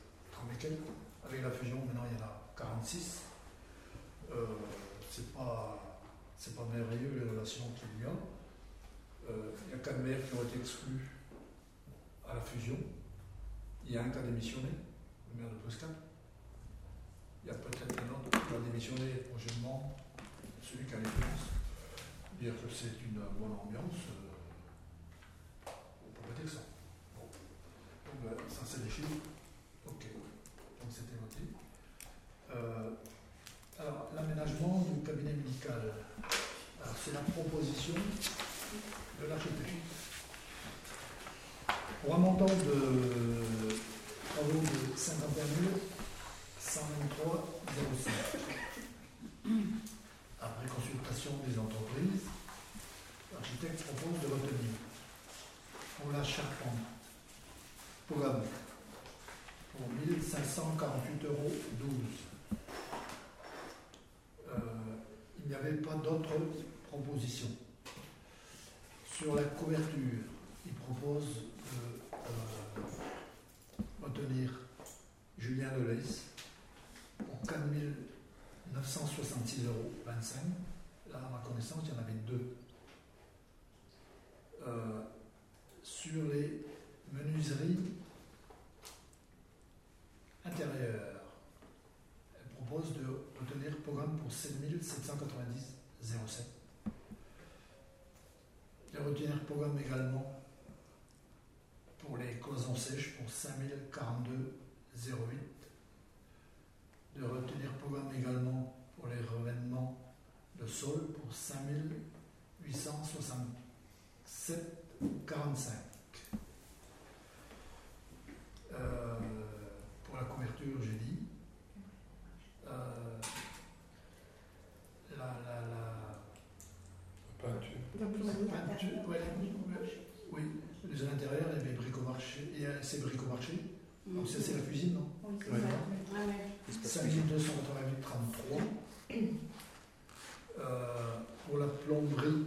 comme lesquels. Avec la fusion, maintenant il y en a quarante-six. Euh, c'est pas, c'est pas merveilleux les relations qu'il y a. Euh, il y a quatre maires qui ont été exclus à la fusion. Il y a un qui a démissionné, le maire de Prescal. Il y a peut-être un autre qui va démissionner prochainement, celui qui a les finances. Dire que c'est une bonne ambiance, euh, on peut pas dire ça. Bon. Donc ben, ça c'est des chiffres. Ok. Donc c'était noté. Euh, alors l'aménagement du cabinet médical. Alors c'est la proposition de l'architecte. Pour un montant de travaux de cinquante et un mille cent vingt-trois virgule zéro cinq. Après consultation des entreprises, l'architecte propose de retenir pour la charpente, programme pour mille cinq cent quarante-huit euros douze. Euh, il n'y avait pas d'autres propositions. Sur la couverture, il propose de euh, retenir Julien Lelès pour quatre mille neuf cent soixante-six euros vingt-cinq. Là, à ma connaissance, il y en avait deux. Euh, sur les menuiseries intérieures, elle propose de retenir programme pour sept mille sept cent quatre-vingt-dix euros zéro sept. De retenir programme également pour les cloisons sèches pour cinq mille quarante-deux euros zéro huit. De retenir programme également pour les revêtements de sol pour cinq mille huit cent soixante-sept euros quarante-cinq. Euh, pour la couverture, j'ai dit. Euh, la, la, la Peinture. peinture, ouais, oui, les intérieurs, il y avait bricomarché, et c'est bricomarché. Donc ça, c'est la cuisine, non? Oui, c'est Ouais. ça. Ouais, ouais. cinq mille deux cent quatre-vingt-huit virgule trente-trois. Euh, pour la plomberie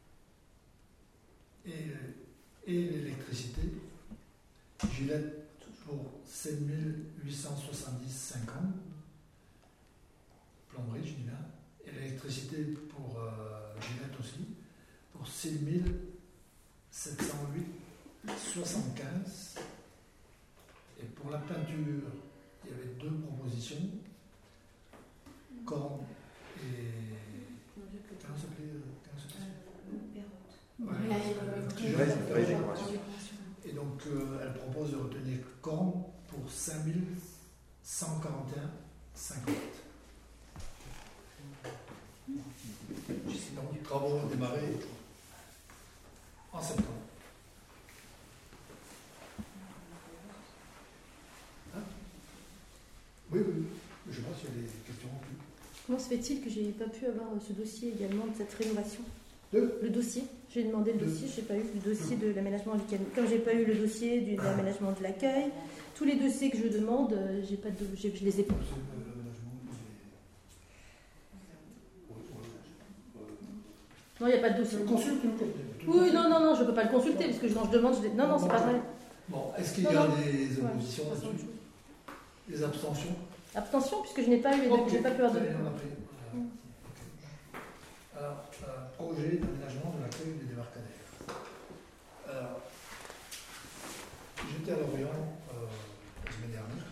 et, et l'électricité, Gillette pour sept mille huit cent soixante-dix virgule cinquante. Plomberie, je dis bien. Et l'électricité pour euh, Gillette aussi, pour six mille sept cent huit virgule soixante-quinze. Et pour la peinture, il y avait deux propositions. Corne et. Comment ça s'appelait Comment ça s'appelait Ouais, le petit jeune. Ré- Rédécoration. Et donc, euh, elle propose de retenir Corne pour cinq mille cent quarante et un virgule cinquante. Donc, les travaux ont démarré en septembre. Hein? Oui, oui. Je sais pas s'il y a des questions non plus. Comment se fait-il que j'ai pas pu avoir ce dossier également de cette rénovation? Deux. Le dossier, j'ai demandé le Deux. dossier, j'ai pas eu le dossier de l'aménagement du cabinet. Comme j'ai pas eu le dossier du- de l'aménagement de l'accueil, tous les dossiers que je demande, euh, j'ai pas de, j'ai- je les ai pas. C'est, euh, l'aménagement, Non, il n'y a pas de dossier. c'est- Consulte le code. Oui, non, non, non, je peux pas le consulter parce que je, quand je demande, je les- non, non, c'est pas vrai. Bon, est-ce qu'il y Non, a non. des Ouais, oppositions ça, c'est autre là-dessus? chose. Des abstentions? Abstention, puisque je n'ai pas eu les deux, Ok, j'ai pas pu avoir de. allez, on a pris. Voilà. Ok. Alors, euh, projet d'aménagement de l'accueil des débarcadères. Alors, j'étais à Lorient euh, la semaine dernière,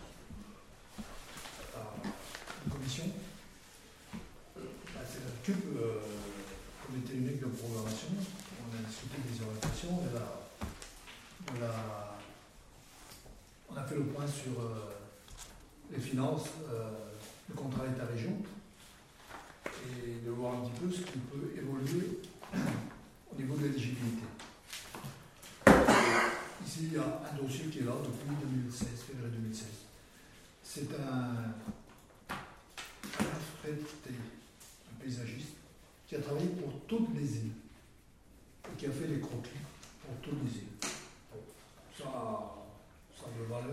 à une commission. C'est la C U P, euh, comité unique de programmation. On a discuté des orientations. On a, on a, on a fait le point sur euh, les finances, euh, le contrat État-région, et de voir un petit peu ce qui peut évoluer au niveau de l'éligibilité. Ici, il y a un dossier qui est là depuis deux mille seize, février deux mille seize. C'est un, un Fred T, un paysagiste, qui a travaillé pour toutes les îles et qui a fait des croquis pour toutes les îles. Bon, ça, ça a de valeur.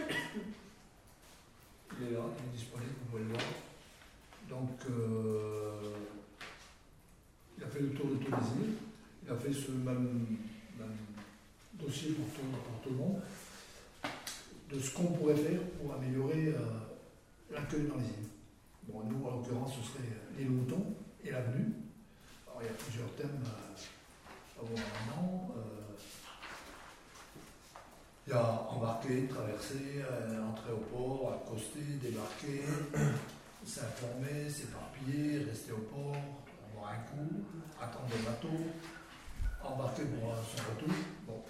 Il est là, il est disponible, vous pouvez le voir. Donc, euh, il a fait le tour de toutes les îles. Il a fait ce même, même dossier pour tout, pour tout le monde. de ce qu'on pourrait faire pour améliorer euh, l'accueil dans les îles. Bon, nous, en l'occurrence, ce serait l'île Mouton et l'avenue. Alors, il y a plusieurs thèmes euh, à voir maintenant. Euh, il y a embarquer, traverser, euh, entrer au port, accoster, débarquer, s'informer, s'éparpiller, rester au port, avoir un coup, attendre le bateau, embarquer pour son retour. Bon.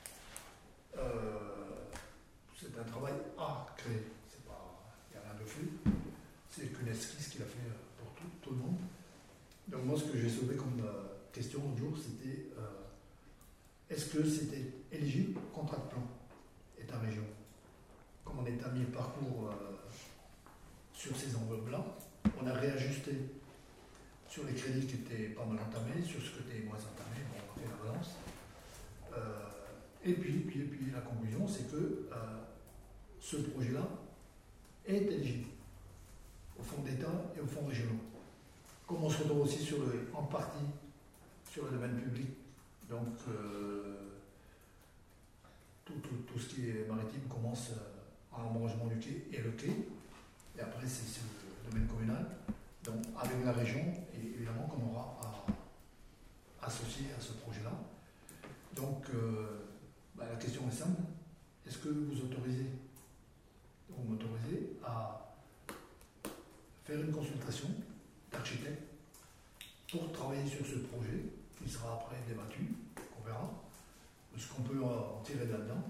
Euh, c'est un travail à créer. C'est pas, il n'y a rien de fait. C'est qu'une esquisse qu'il a fait pour tout, tout le monde. Donc moi, ce que j'ai soulevé comme euh, question l'autre jour, c'était euh, est-ce que c'était éligible au contrat de plan État-région? Comme on est à mi-parcours euh, sur ces enveloppes-là, on a réajusté sur les crédits qui étaient pas mal entamés, sur ce qui était moins entamé, bon, on a fait la balance. Euh, et, puis, puis, et puis la conclusion, c'est que euh, ce projet-là est éligible au fonds d'État et aux fonds régionaux. Comme on se retrouve aussi sur le, en partie sur le domaine public, donc euh, tout, tout, tout ce qui est maritime commence euh, en embranchement du quai et le quai, et après c'est sur le domaine communal, donc avec la région, et évidemment qu'on aura à associer à ce projet-là. Donc euh, bah, la question est simple, est-ce que vous autorisez, vous m'autorisez à faire une consultation d'architecte pour travailler sur ce projet qui sera après débattu, on verra ce qu'on peut en tirer de là-dedans,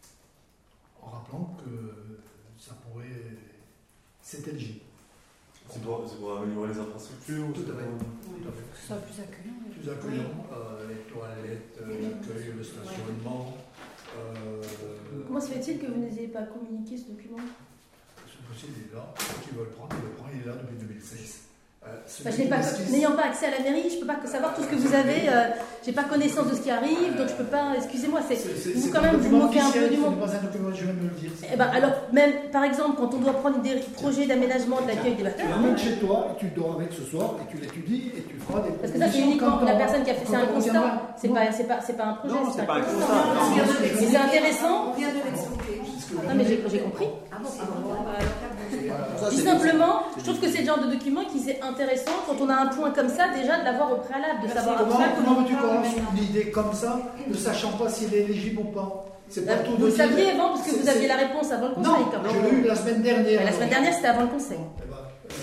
en rappelant que ça pourrait, c'est éligible. C'est pour, c'est pour améliorer les infrastructures ou Tout c'est à fait. pour- Tout à fait. Ce sera plus accueillant. oui. Plus accueillant, euh, les toilettes, euh, l'accueil, le stationnement. Euh, Comment se fait-il que vous n'ayez pas communiqué ce document? Ce possible, il est là. Ceux qui veulent le prendre, ils le prennent, il est là depuis deux mille seize. Euh, ce Enfin, je n'est n'ai pas, qu'une esquisse. n'ayant pas accès à la mairie, je ne peux pas savoir tout ce que vous avez. Euh, j'ai pas connaissance de ce qui arrive, donc je peux pas. Excusez-moi, c'est C'est- c'est- vous c'est quand un même vous document moquez un peu officiel, du ce monde. n'est pas un document, je viens de me le dire. Eh ben, alors, même par exemple, quand on doit prendre des projets d'aménagement de l'accueil des Tu bateaux, l'amènes chez toi, et tu dors avec ce soir, et tu l'étudies, et tu feras des parce que ça c'est propositions uniquement quand la on- personne qui a fait, c'est quand un on constat, reviendra. c'est pas, c'est pas, c'est pas un projet, Non, c'est pas un constat. Non, vient de c'est- Mais c'est intéressant. On vient de l'expliquer. c'est ce que je Non viens mais de j'ai, dire. j'ai compris. Ah bon, ah bon, bah, alors, Voilà. Ça, Tout c'est simplement, c'est je trouve que c'est le genre de document qui c'est intéressant quand on a un point comme ça déjà de l'avoir au préalable, de savoir Comment, après comment veux-tu comment. qu'on lance une idée comme ça, ne sachant pas s'il est éligible ou pas? C'est pas tout Vous de le dire- saviez avant parce que c'est- vous aviez c'est- la réponse avant le conseil Non, quand même. je l'ai eu la semaine dernière. Mais la semaine dernière c'était avant le conseil. Eh ben,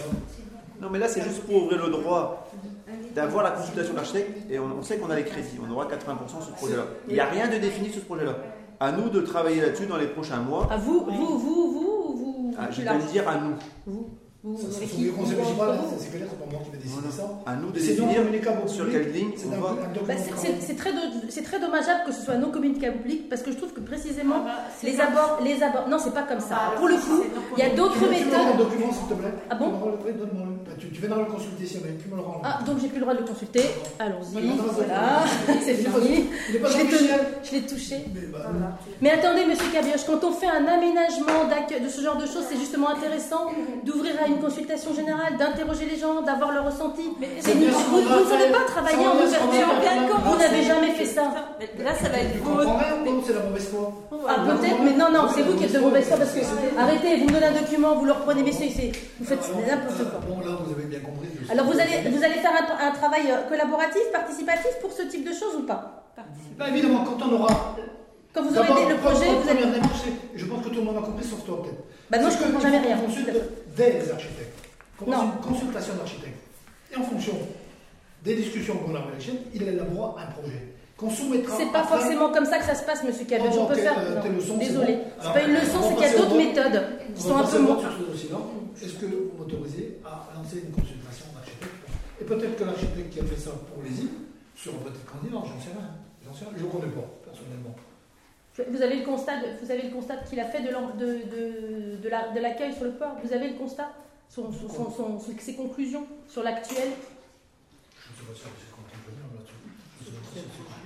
euh, Non, mais là, c'est juste pour ouvrir le droit d'avoir la consultation de l'architecte et on, on sait qu'on a les crédits. On aura quatre-vingts pour cent sur ce projet-là. Il n'y a rien de défini sur ce projet-là. À nous de travailler là-dessus dans les prochains mois. Ah vous, vous, vous, vous, vous. Ah, je tu vais l'as- le dire à nous. Vous, vous, Ça, avec c'est qui sur le vous, conseil vous, municipal, vous. c'est clair, c'est pas moi qui vais décider Voilà. ça. À nous de C'est non définir communicable au sur public. quelle ligne C'est on un, va. un Bah, document c'est- de c'est travail. c'est très, do- c'est très dommageable que ce soit non communicable public parce que je trouve que précisément Ah bah, c'est les comme abords, les abords, non c'est pas comme ça. Ah, Pour le coup, il y a d'autres Tu me- tu me rends méthodes. le document, s'il te plaît. Ah bon? Tu me rends le- donne-moi le- Tu, tu viendras le consulter si jamais tu me le rends. Ah donc j'ai plus le droit de le consulter. Allons-y, Maintenant, voilà, c'est Il est pas- fini. Il est pas Je l'ai officiel. Je l'ai touché. Mais bah, Mais attendez, monsieur Cabioche, quand on fait un aménagement d'accueil de ce genre de choses, c'est justement intéressant d'ouvrir à une consultation générale, d'interroger les gens, d'avoir leur ressenti. Mais C'est bien une- ce vous, qu'on vous ne va savez faire. pas travailler Ça en va bien ce qu'on ouverture. va faire. Vous Non, n'avez c'est- jamais fait ça. Mais là, ça va être tu beau. comprends rien ou c'est la mauvaise foi? Ah peut-être, mais non, non, c'est vous qui êtes de mauvaise foi parce que arrêtez, vous me donnez un document, vous le reprenez, mais c'est, c'est- vous faites Alors, n'importe euh, quoi. Bon, là, vous avez bien compris. que Alors vous c'est- allez, vous allez faire un, un travail euh, collaboratif, participatif pour ce type de choses ou pas? Bah, évidemment, quand on aura. Quand vous aurez D'abord, aidé le projet, première vous allez. démarche, c'est- je pense que tout le monde a compris, sauf toi peut-être. Bah non, je C'est que comprends il jamais faut rien. qu'on consulte des architectes. Qu'on Non. fasse une consultation d'architectes. Et en fonction des discussions qu'on a avec les chaînes, il élaborera un projet. Qu'on soumettra. C'est pas après- forcément comme ça que ça se passe, monsieur Cabioche. Oh, On peut ok, faire. euh, non, tes leçons, c'est désolé. bon. C'est Alors, pas une on leçon, va c'est qu'il y a passer au d'autres vote. méthodes qui On sont va un passer peu au moins. vote sur ce dossier-là. Est-ce que vous m'autorisez à lancer une consultation d'architecte? Et peut-être que l'architecte qui a fait ça pour les îles sera peut-être candidat, j'en sais rien. J'en sais rien. Je ne connais pas, personnellement. Vous avez le constat, de- vous avez le constat qu'il a fait de, l'en- de, de, de, la- de l'accueil sur le port. Vous avez le constat, son, son, son, son- son- ses conclusions sur l'actuel. Je ne sais pas si c'est conclusion là-dessus. Je ne sais pas si c'est conclusion.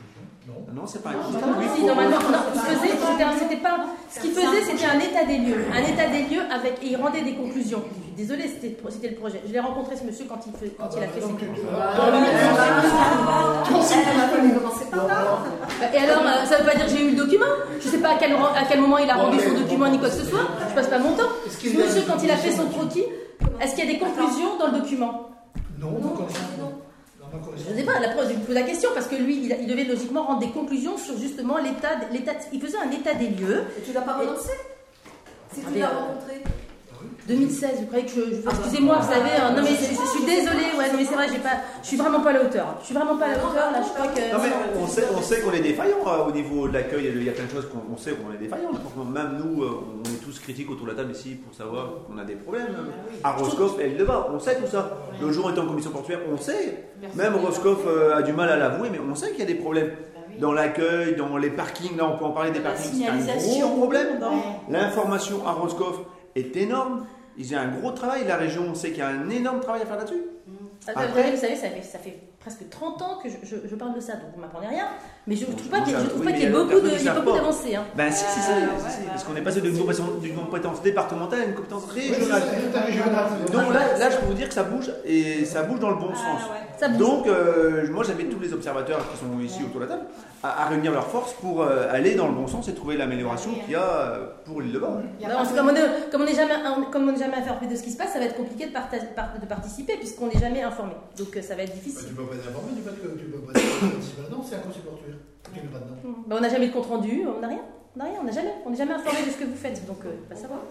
Non. Non, c'est pas un Non, constat. non, Oui, si, faut- normalement, non, il faisait, c'était un- c'était pas, ce qu'il faisait, c'était un état des lieux, un état des lieux avec, et il rendait des conclusions. Je suis désolée, c'était, c'était le projet. Je l'ai rencontré ce monsieur quand il, fait, quand il a fait ses conclusions. Et alors, euh, ça veut pas dire que j'ai eu le document. Je sais pas à quel, à quel moment il a rendu son document ni quoi que ce soit. Je passe pas mon temps. Ce monsieur, quand il a fait son croquis, est-ce qu'il y a des conclusions dans le document? Non, non, non. Je ne sais pas, la preuve, je lui pose la question parce que lui, il, il devait logiquement rendre des conclusions sur justement l'état, l'état, il faisait un état des lieux. Et tu l'as pas relancé? Si tu l'as rencontré? deux mille seize, vous croyez que je. je excusez-moi, vous savez, hein, non mais je, je suis désolée, ouais, non mais c'est vrai, j'ai pas, je suis vraiment pas à la hauteur. Je suis vraiment pas à la hauteur, là, je crois que. Non, mais on sait, on sait qu'on est défaillant euh, au niveau de l'accueil. Il y a plein de choses qu'on on sait qu'on est défaillant. Je pense que même nous, euh, on est tous critiques autour de la table ici pour savoir qu'on a des problèmes. À Roscoff, elle le va, on sait tout ça. Le jour où on était en commission portuaire, on sait. Même Roscoff euh, a du mal à l'avouer, mais on sait qu'il y a des problèmes. Dans l'accueil, dans les parkings, là on peut en parler des parkings, c'est un gros problème. L'information à Roscoff est énorme. Ils ont un gros travail, la région, on sait qu'il y a un énorme travail à faire là-dessus. Après, Après, vous savez, ça fait, ça fait presque trente ans que je, je, je parle de ça, donc vous m'apprenez rien. Mais je ne trouve pas qu'il y ait, je trouve oui, pas qu'il y ait euh, beaucoup, de, qui il y a savent beaucoup pas. d'avancées. Hein. Ben si, si, si, Euh, si, ouais, si, bah, parce qu'on est passé d'une compétence, d'une compétence départementale à une compétence régionale. Régional. Donc là, là, je peux vous dire que ça bouge, et ça bouge dans le bon Ah, sens. ouais. Ça bouge. Donc, euh, moi, j'invite tous les observateurs qui sont ici autour de la table à, à réunir leurs forces pour euh, aller dans le bon sens et trouver l'amélioration qu'il y a euh, pour l'île de Bas. Non, parce que comme on est, comme on n'est jamais, comme on n'est jamais informé de ce qui se passe, ça va être compliqué de, parta- par- de participer puisqu'on n'est jamais informé. Donc euh, ça va être Bah, difficile. tu peux pas être informé du fait que tu peux pas participer là-dedans, c'est un conseil portuaire. Tu n'es pas dedans. Bah, on n'a jamais de compte rendu, on n'a rien, on n'a rien, on n'a jamais, on n'est jamais informé de ce que vous faites. Donc euh, pas savoir.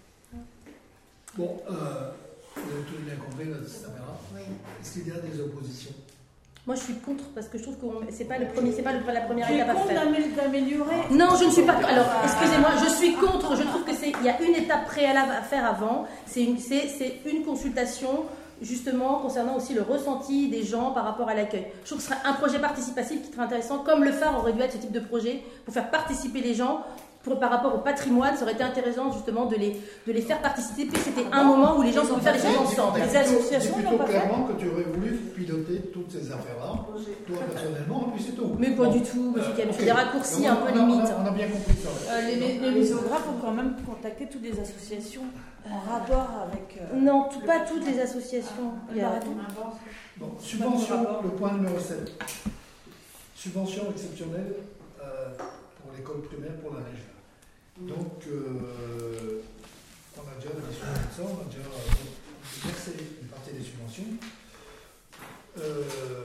Bon, euh, vous avez tous bien compris la caméra. Est-ce qu'il y a des oppositions? Moi je suis contre parce que je trouve que c'est pas le premier, c'est pas le- la première Tu es étape à contre faire. d'amé- d'améliorer? Non, je ne suis pas. Alors, excusez-moi, je suis contre. Je trouve que c'est. Il y a une étape préalable à faire avant. C'est une, c'est, c'est une consultation, justement, concernant aussi le ressenti des gens par rapport à l'accueil. Je trouve que ce serait un projet participatif qui serait intéressant, comme le phare aurait dû être ce type de projet, pour faire participer les gens. Pour, par rapport au patrimoine, ça aurait été intéressant justement de les, de les faire participer. C'était un moment où les gens pouvaient faire les choses ensemble. Les associations C'est n'ont plutôt pas fait. clairement que tu aurais voulu piloter toutes ces affaires-là, toi personnellement, et puis c'est tout. Mais pas Bon. du tout, monsieur Euh, Cam. Je fais ok. des raccourcis Donc, un peu on a- limites. On a, on a bien compris ça. Euh, les, les, les muséographes ont quand même contacté toutes les associations en rapport avec. euh, Non, tout- pas toutes les associations. Il y a- Bon, subvention, le point numéro sept. Subvention exceptionnelle euh, pour l'école primaire pour la région. Donc, euh, on a déjà discuté de ça, on a déjà euh, versé une partie des subventions. Euh,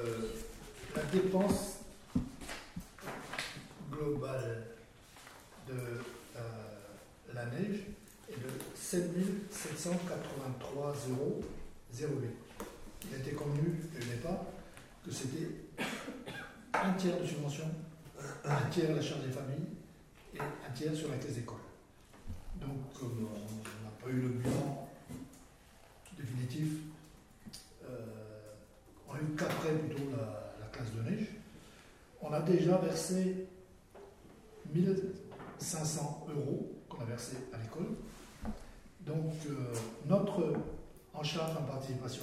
la dépense globale de euh, la neige est de sept mille sept cent quatre-vingt-trois euros zéro huit. Il a été convenu au départ que c'était un tiers de subvention, un tiers à la charge des familles et un tiers sur la caisse d'école. Donc, comme on n'a pas eu le bilan définitif, euh, on a eu qu'après plutôt la, la classe de neige. On a déjà versé mille cinq cents euros qu'on a versé à l'école. Donc, euh, notre en charge en participation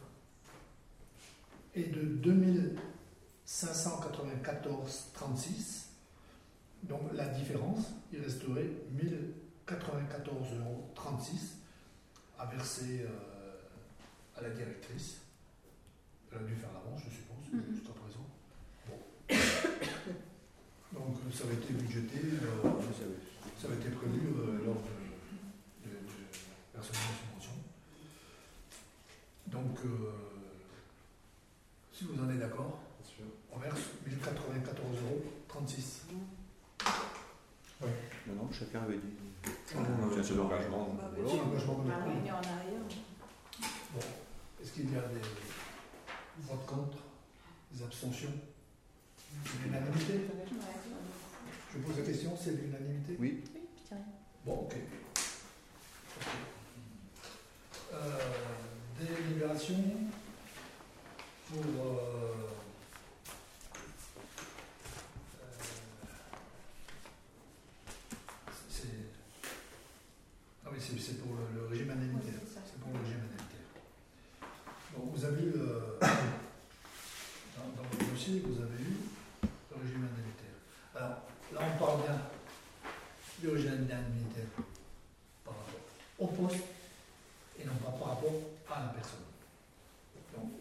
est de deux mille cinq cent quatre-vingt-quatorze virgule trente-six. Donc la différence, il resterait mille quatre-vingt-quatorze euros trente-six à verser euh, à la directrice. Elle a dû faire l'avance, je suppose, mm-hmm. jusqu'à présent. Bon. Donc ça avait été budgété, euh, ça avait été prévu euh, lors de, de, de personnel de subvention. Donc, euh, si vous en êtes d'accord, on verse mille quatre-vingt-quatorze euros trente-six. Oui. Non, non, chacun avait dit. On a un engagement. C'est l'engagement de notre réunion pays. en arrière. Bon. Est-ce qu'il y a des votes contre, des abstentions? C'est l'unanimité? Je pose la question, c'est l'unanimité? Oui. Oui, je dis rien. Bon, ok. Ok. Euh, délibération pour euh, c'est ah oui c'est, c'est pour le, le régime indemnitaire. C'est pour le régime indemnitaire. Donc vous avez eu euh, dans, dans le dossier vous avez eu le régime indemnitaire.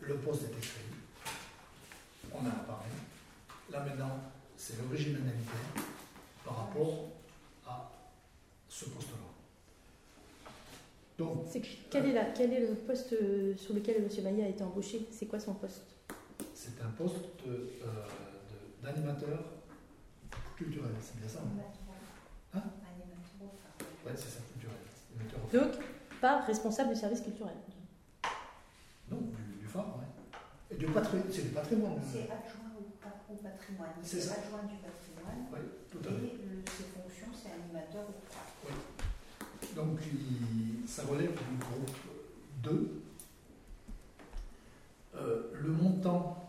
le poste était créé, on a parlé. Là maintenant, c'est le régime indemnitaire par rapport à ce poste-là. Donc, C'est- Quel est, la, quel est le poste euh, sur lequel M. Maillet a été embauché? C'est quoi son poste? c'est un poste de, euh, de- d'animateur culturel, c'est bien ça? Hein? Oui, c'est ça, culturel. Animateur. Donc, pas responsable du service culturel. Non, du, du phare, oui. Et du patrimoine, c'est du patrimoine. C'est adjoint au, pa- au patrimoine. C'est C'est ça. adjoint du patrimoine. Oui, tout à Et fait. le- ses fonctions, c'est animateur au phare. Donc, il- ça relève du groupe deux. Euh, le montant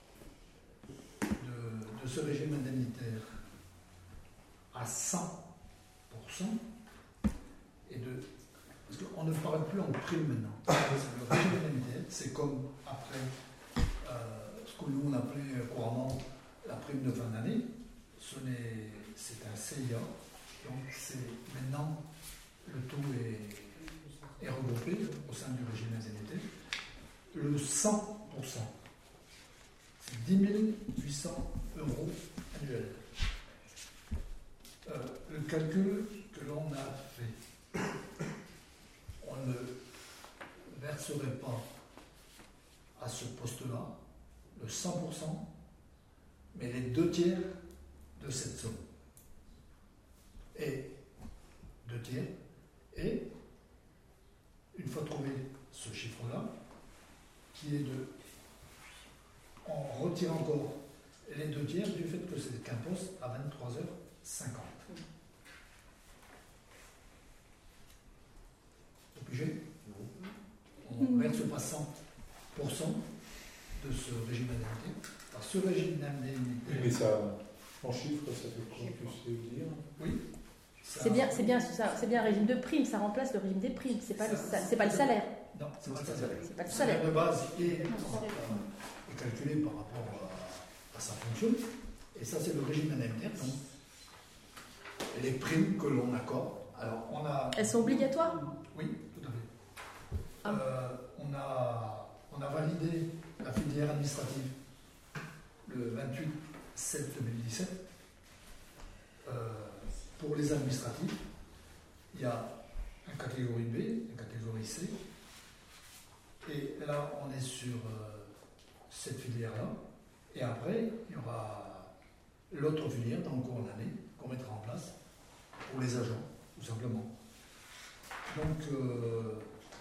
de, de ce régime indemnitaire à cent pour cent et de. Parce qu'on ne parle plus en prime maintenant. Le régime indemnitaire, c'est comme après euh, ce que nous on appelait couramment la prime de fin d'année. Ce n'est, c'est un C I A. Donc, c'est maintenant. Le taux est, est regroupé au sein du régime indemnitaire. Le cent pour cent, c'est dix mille huit cents euros annuels. Euh, le calcul que l'on a fait, on ne verserait pas à ce poste-là le cent pour cent, mais les deux tiers de cette somme. Et deux tiers. Et, une fois trouvé ce chiffre-là, qui est de. On retire encore les deux tiers du fait que c'est qu'un poste à vingt-trois heures cinquante. Obligé? On ne verse pas cent pour cent de ce régime indemnitaire. Alors, ce régime indemnitaire. Mais ça, en chiffres, ça fait quoi que tu sais dire? Oui. C'est bien, c'est bien, ça- c'est bien un régime de primes, ça remplace le régime des primes, c'est pas, le sa- c'est pas le salaire. Non, c'est pas le salaire. C'est pas le Le salaire. salaire de base est, est calculé par rapport à, à sa fonction. Et ça, c'est le régime indemnitaire. Donc, les primes que l'on accorde. Alors, on a. Elles sont obligatoires? Oui, tout à fait. Ah. Euh, on, a, on a validé la filière administrative le vingt-huit sept deux mille dix-sept. Euh, pour les administratifs, il y a une catégorie B, une catégorie C. Et là, on est sur euh, cette filière-là. Et après, il y aura l'autre filière dans le cours de l'année qu'on mettra en place pour les agents, tout simplement. Donc, euh,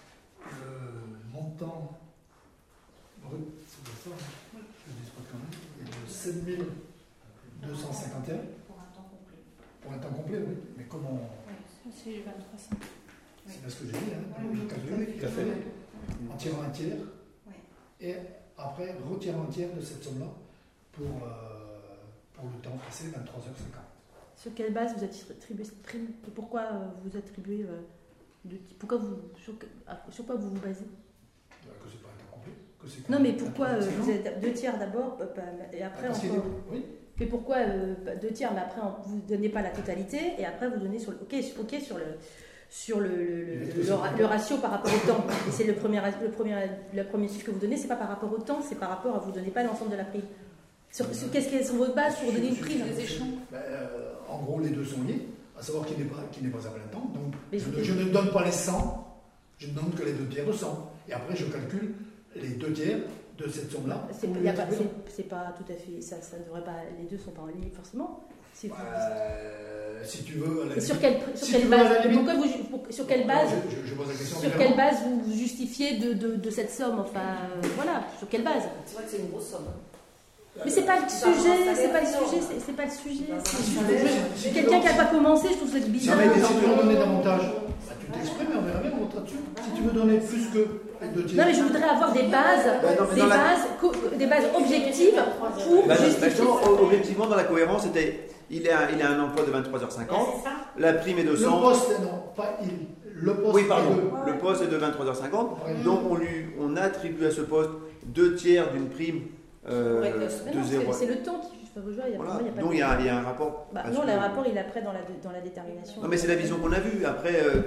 le montant brut, c'est de ça, hein, je dis pas quand même, est de sept mille deux cent cinquante et un Pour un temps complet. pour un temps complet, oui. Mais comment. Ça, c'est vingt-trois cents. C'est bien ce que j'ai dit, hein, Oui, le oui. calcul, Tout à fait. en tirant un tiers, Oui. et après retirant un tiers de cette somme-là pour, euh, pour le temps passé, vingt-trois heures cinquante. Sur quelle base vous attribuez cette prime? Et pourquoi euh, vous attribuez euh, de, pourquoi vous, sur, que- ah, sur quoi vous vous basez? Euh, Que c'est pas un temps complet. Que c'est Non, quand mais même pourquoi euh, vingt-trois heures vous cinquante. êtes deux tiers d'abord euh, bah, et après Parce qu'il y a encore. des- Oui, Mais pourquoi euh, bah, deux tiers, mais après vous ne donnez pas la totalité et après vous donnez sur le. Ok, ok sur le sur le, le, le, le- le ra- le ratio par rapport au temps. Et c'est le premier le premier le premier chiffre que vous donnez, c'est pas par rapport au temps, c'est par rapport à vous donnez pas l'ensemble de la prime. Sur, sur- qu'est-ce qui sont vos bases pour donner une prime? Les échelons. ben, euh, en gros, les deux sont liés, à savoir qu'il n'est pas, qu'il n'est pas à plein temps. Donc, Mais je, je- ne, je ne donne pas les cent, je ne donne que les deux tiers de cent. Et après, je calcule les deux tiers de cette somme-là. C'est pour y les a pas, attribuer. c'est- c'est pas tout à fait ça, ça ne devrait pas. Les deux sont pas en ligne forcément. Si vous- Euh, si tu veux, à la Et sur limite- quelle, sur si quelle tu veux, à la base, limite- pourquoi vous, ju- pour- sur quelle base, Je, je- je pose la question. sur évidemment. quelle base vous vous justifiez de, de, de cette somme? Enfin, euh, voilà, sur quelle base? C'est vrai que c'est une grosse somme. Mais c'est pas le C'est pas sujet, un c'est pas le salaire, sujet, non. c'est c'est pas le sujet. C'est pas c'est un juste- salaire. je- je suis quelqu'un qui n'a pas commencé, je trouve ça Si bizarre. mais si tu veux donner davantage, bah, tu t'exprimes et on verra bien, on votera dessus. Si tu veux donner plus que les deux tiers. Non, mais je voudrais avoir des bases, Bah, non, mais des dans la- bases, co- des bases objectives pour Bah, justifier. justement, o- objectivement, dans la cohérence, c'était il a, il a un emploi de vingt-trois heures cinquante, C'est ça. la prime est de Le cent. poste, non, pas il. Le poste. Oui, pardon, est de- le poste est de vingt-trois heures cinquante. Ouais. Donc, on, lui, on attribue à ce poste deux tiers d'une prime euh, Ouais, Mais de non, zéro. c'est c'est le temps qui juge pas vos joueurs. Il y a, Voilà. pour moi, il y a pas Donc, de- il y, a, il y a un rapport. Bah, parce non, que- le rapport il est après dans la, dans la détermination. Non, mais c'est la vision qu'on a vue. Après, euh,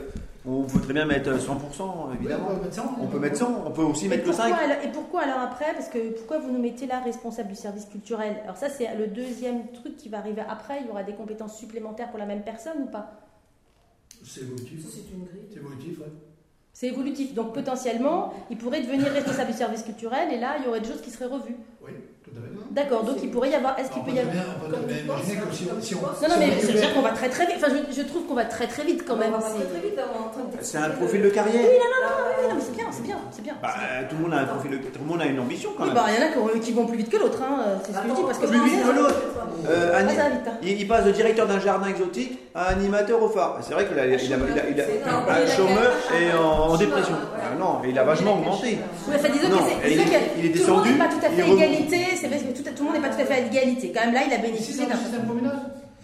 On peut très bien mettre cent pour cent, évidemment. Oui, on peut mettre cent. On peut mettre cent, on peut aussi Et mettre que pourquoi, cinq. alors, et pourquoi alors après? Parce que pourquoi vous nous mettez là responsable du service culturel? Alors ça c'est le deuxième truc qui va arriver après. Il y aura des compétences supplémentaires pour la même personne ou pas? C'est évolutif. Ça, c'est une grille. C'est évolutif, ouais. C'est évolutif. Donc potentiellement, il pourrait devenir responsable du service culturel et là il y aurait des choses qui seraient revues. Oui, tout à fait. D'accord. Donc il pourrait y avoir. Est-ce qu'il On peut peut y très avoir? bien, on peut très bien imaginer que si on. Si on Non, non, si on mais récupère- c'est-à-dire qu'on va très très vite. Enfin, je, je trouve qu'on va très très vite quand On même. va C'est- très très vite avant en train de C'est un profil de carrière. Oui, non, mais c'est bien, c'est bien, c'est bien. Bah, tout le monde a un profil, de- tout le monde a une ambition quand Oui, même. bah il y en a qui, ont- qui vont plus vite que l'autre, hein. C'est ce que je dis parce que Plus vite que l'autre. Euh, Ah, Annie- ça va vite, hein. il, il passe de directeur d'un jardin exotique à animateur au phare. C'est vrai qu'il a, il a, il a, il a, il a- C'est énorme. un chômeur et en, en Chômeur, dépression. ouais. Ah non, il a vachement augmenté. Oui, enfin, disons Non, que, c'est- il disons est- que il est tout le monde descendu, n'est pas tout à il fait est à revenu. égalité. C'est vrai que tout, tout le monde n'est pas tout à fait à égalité. Quand même là, il a Si bénéficié c'est dans d'un. le système communal.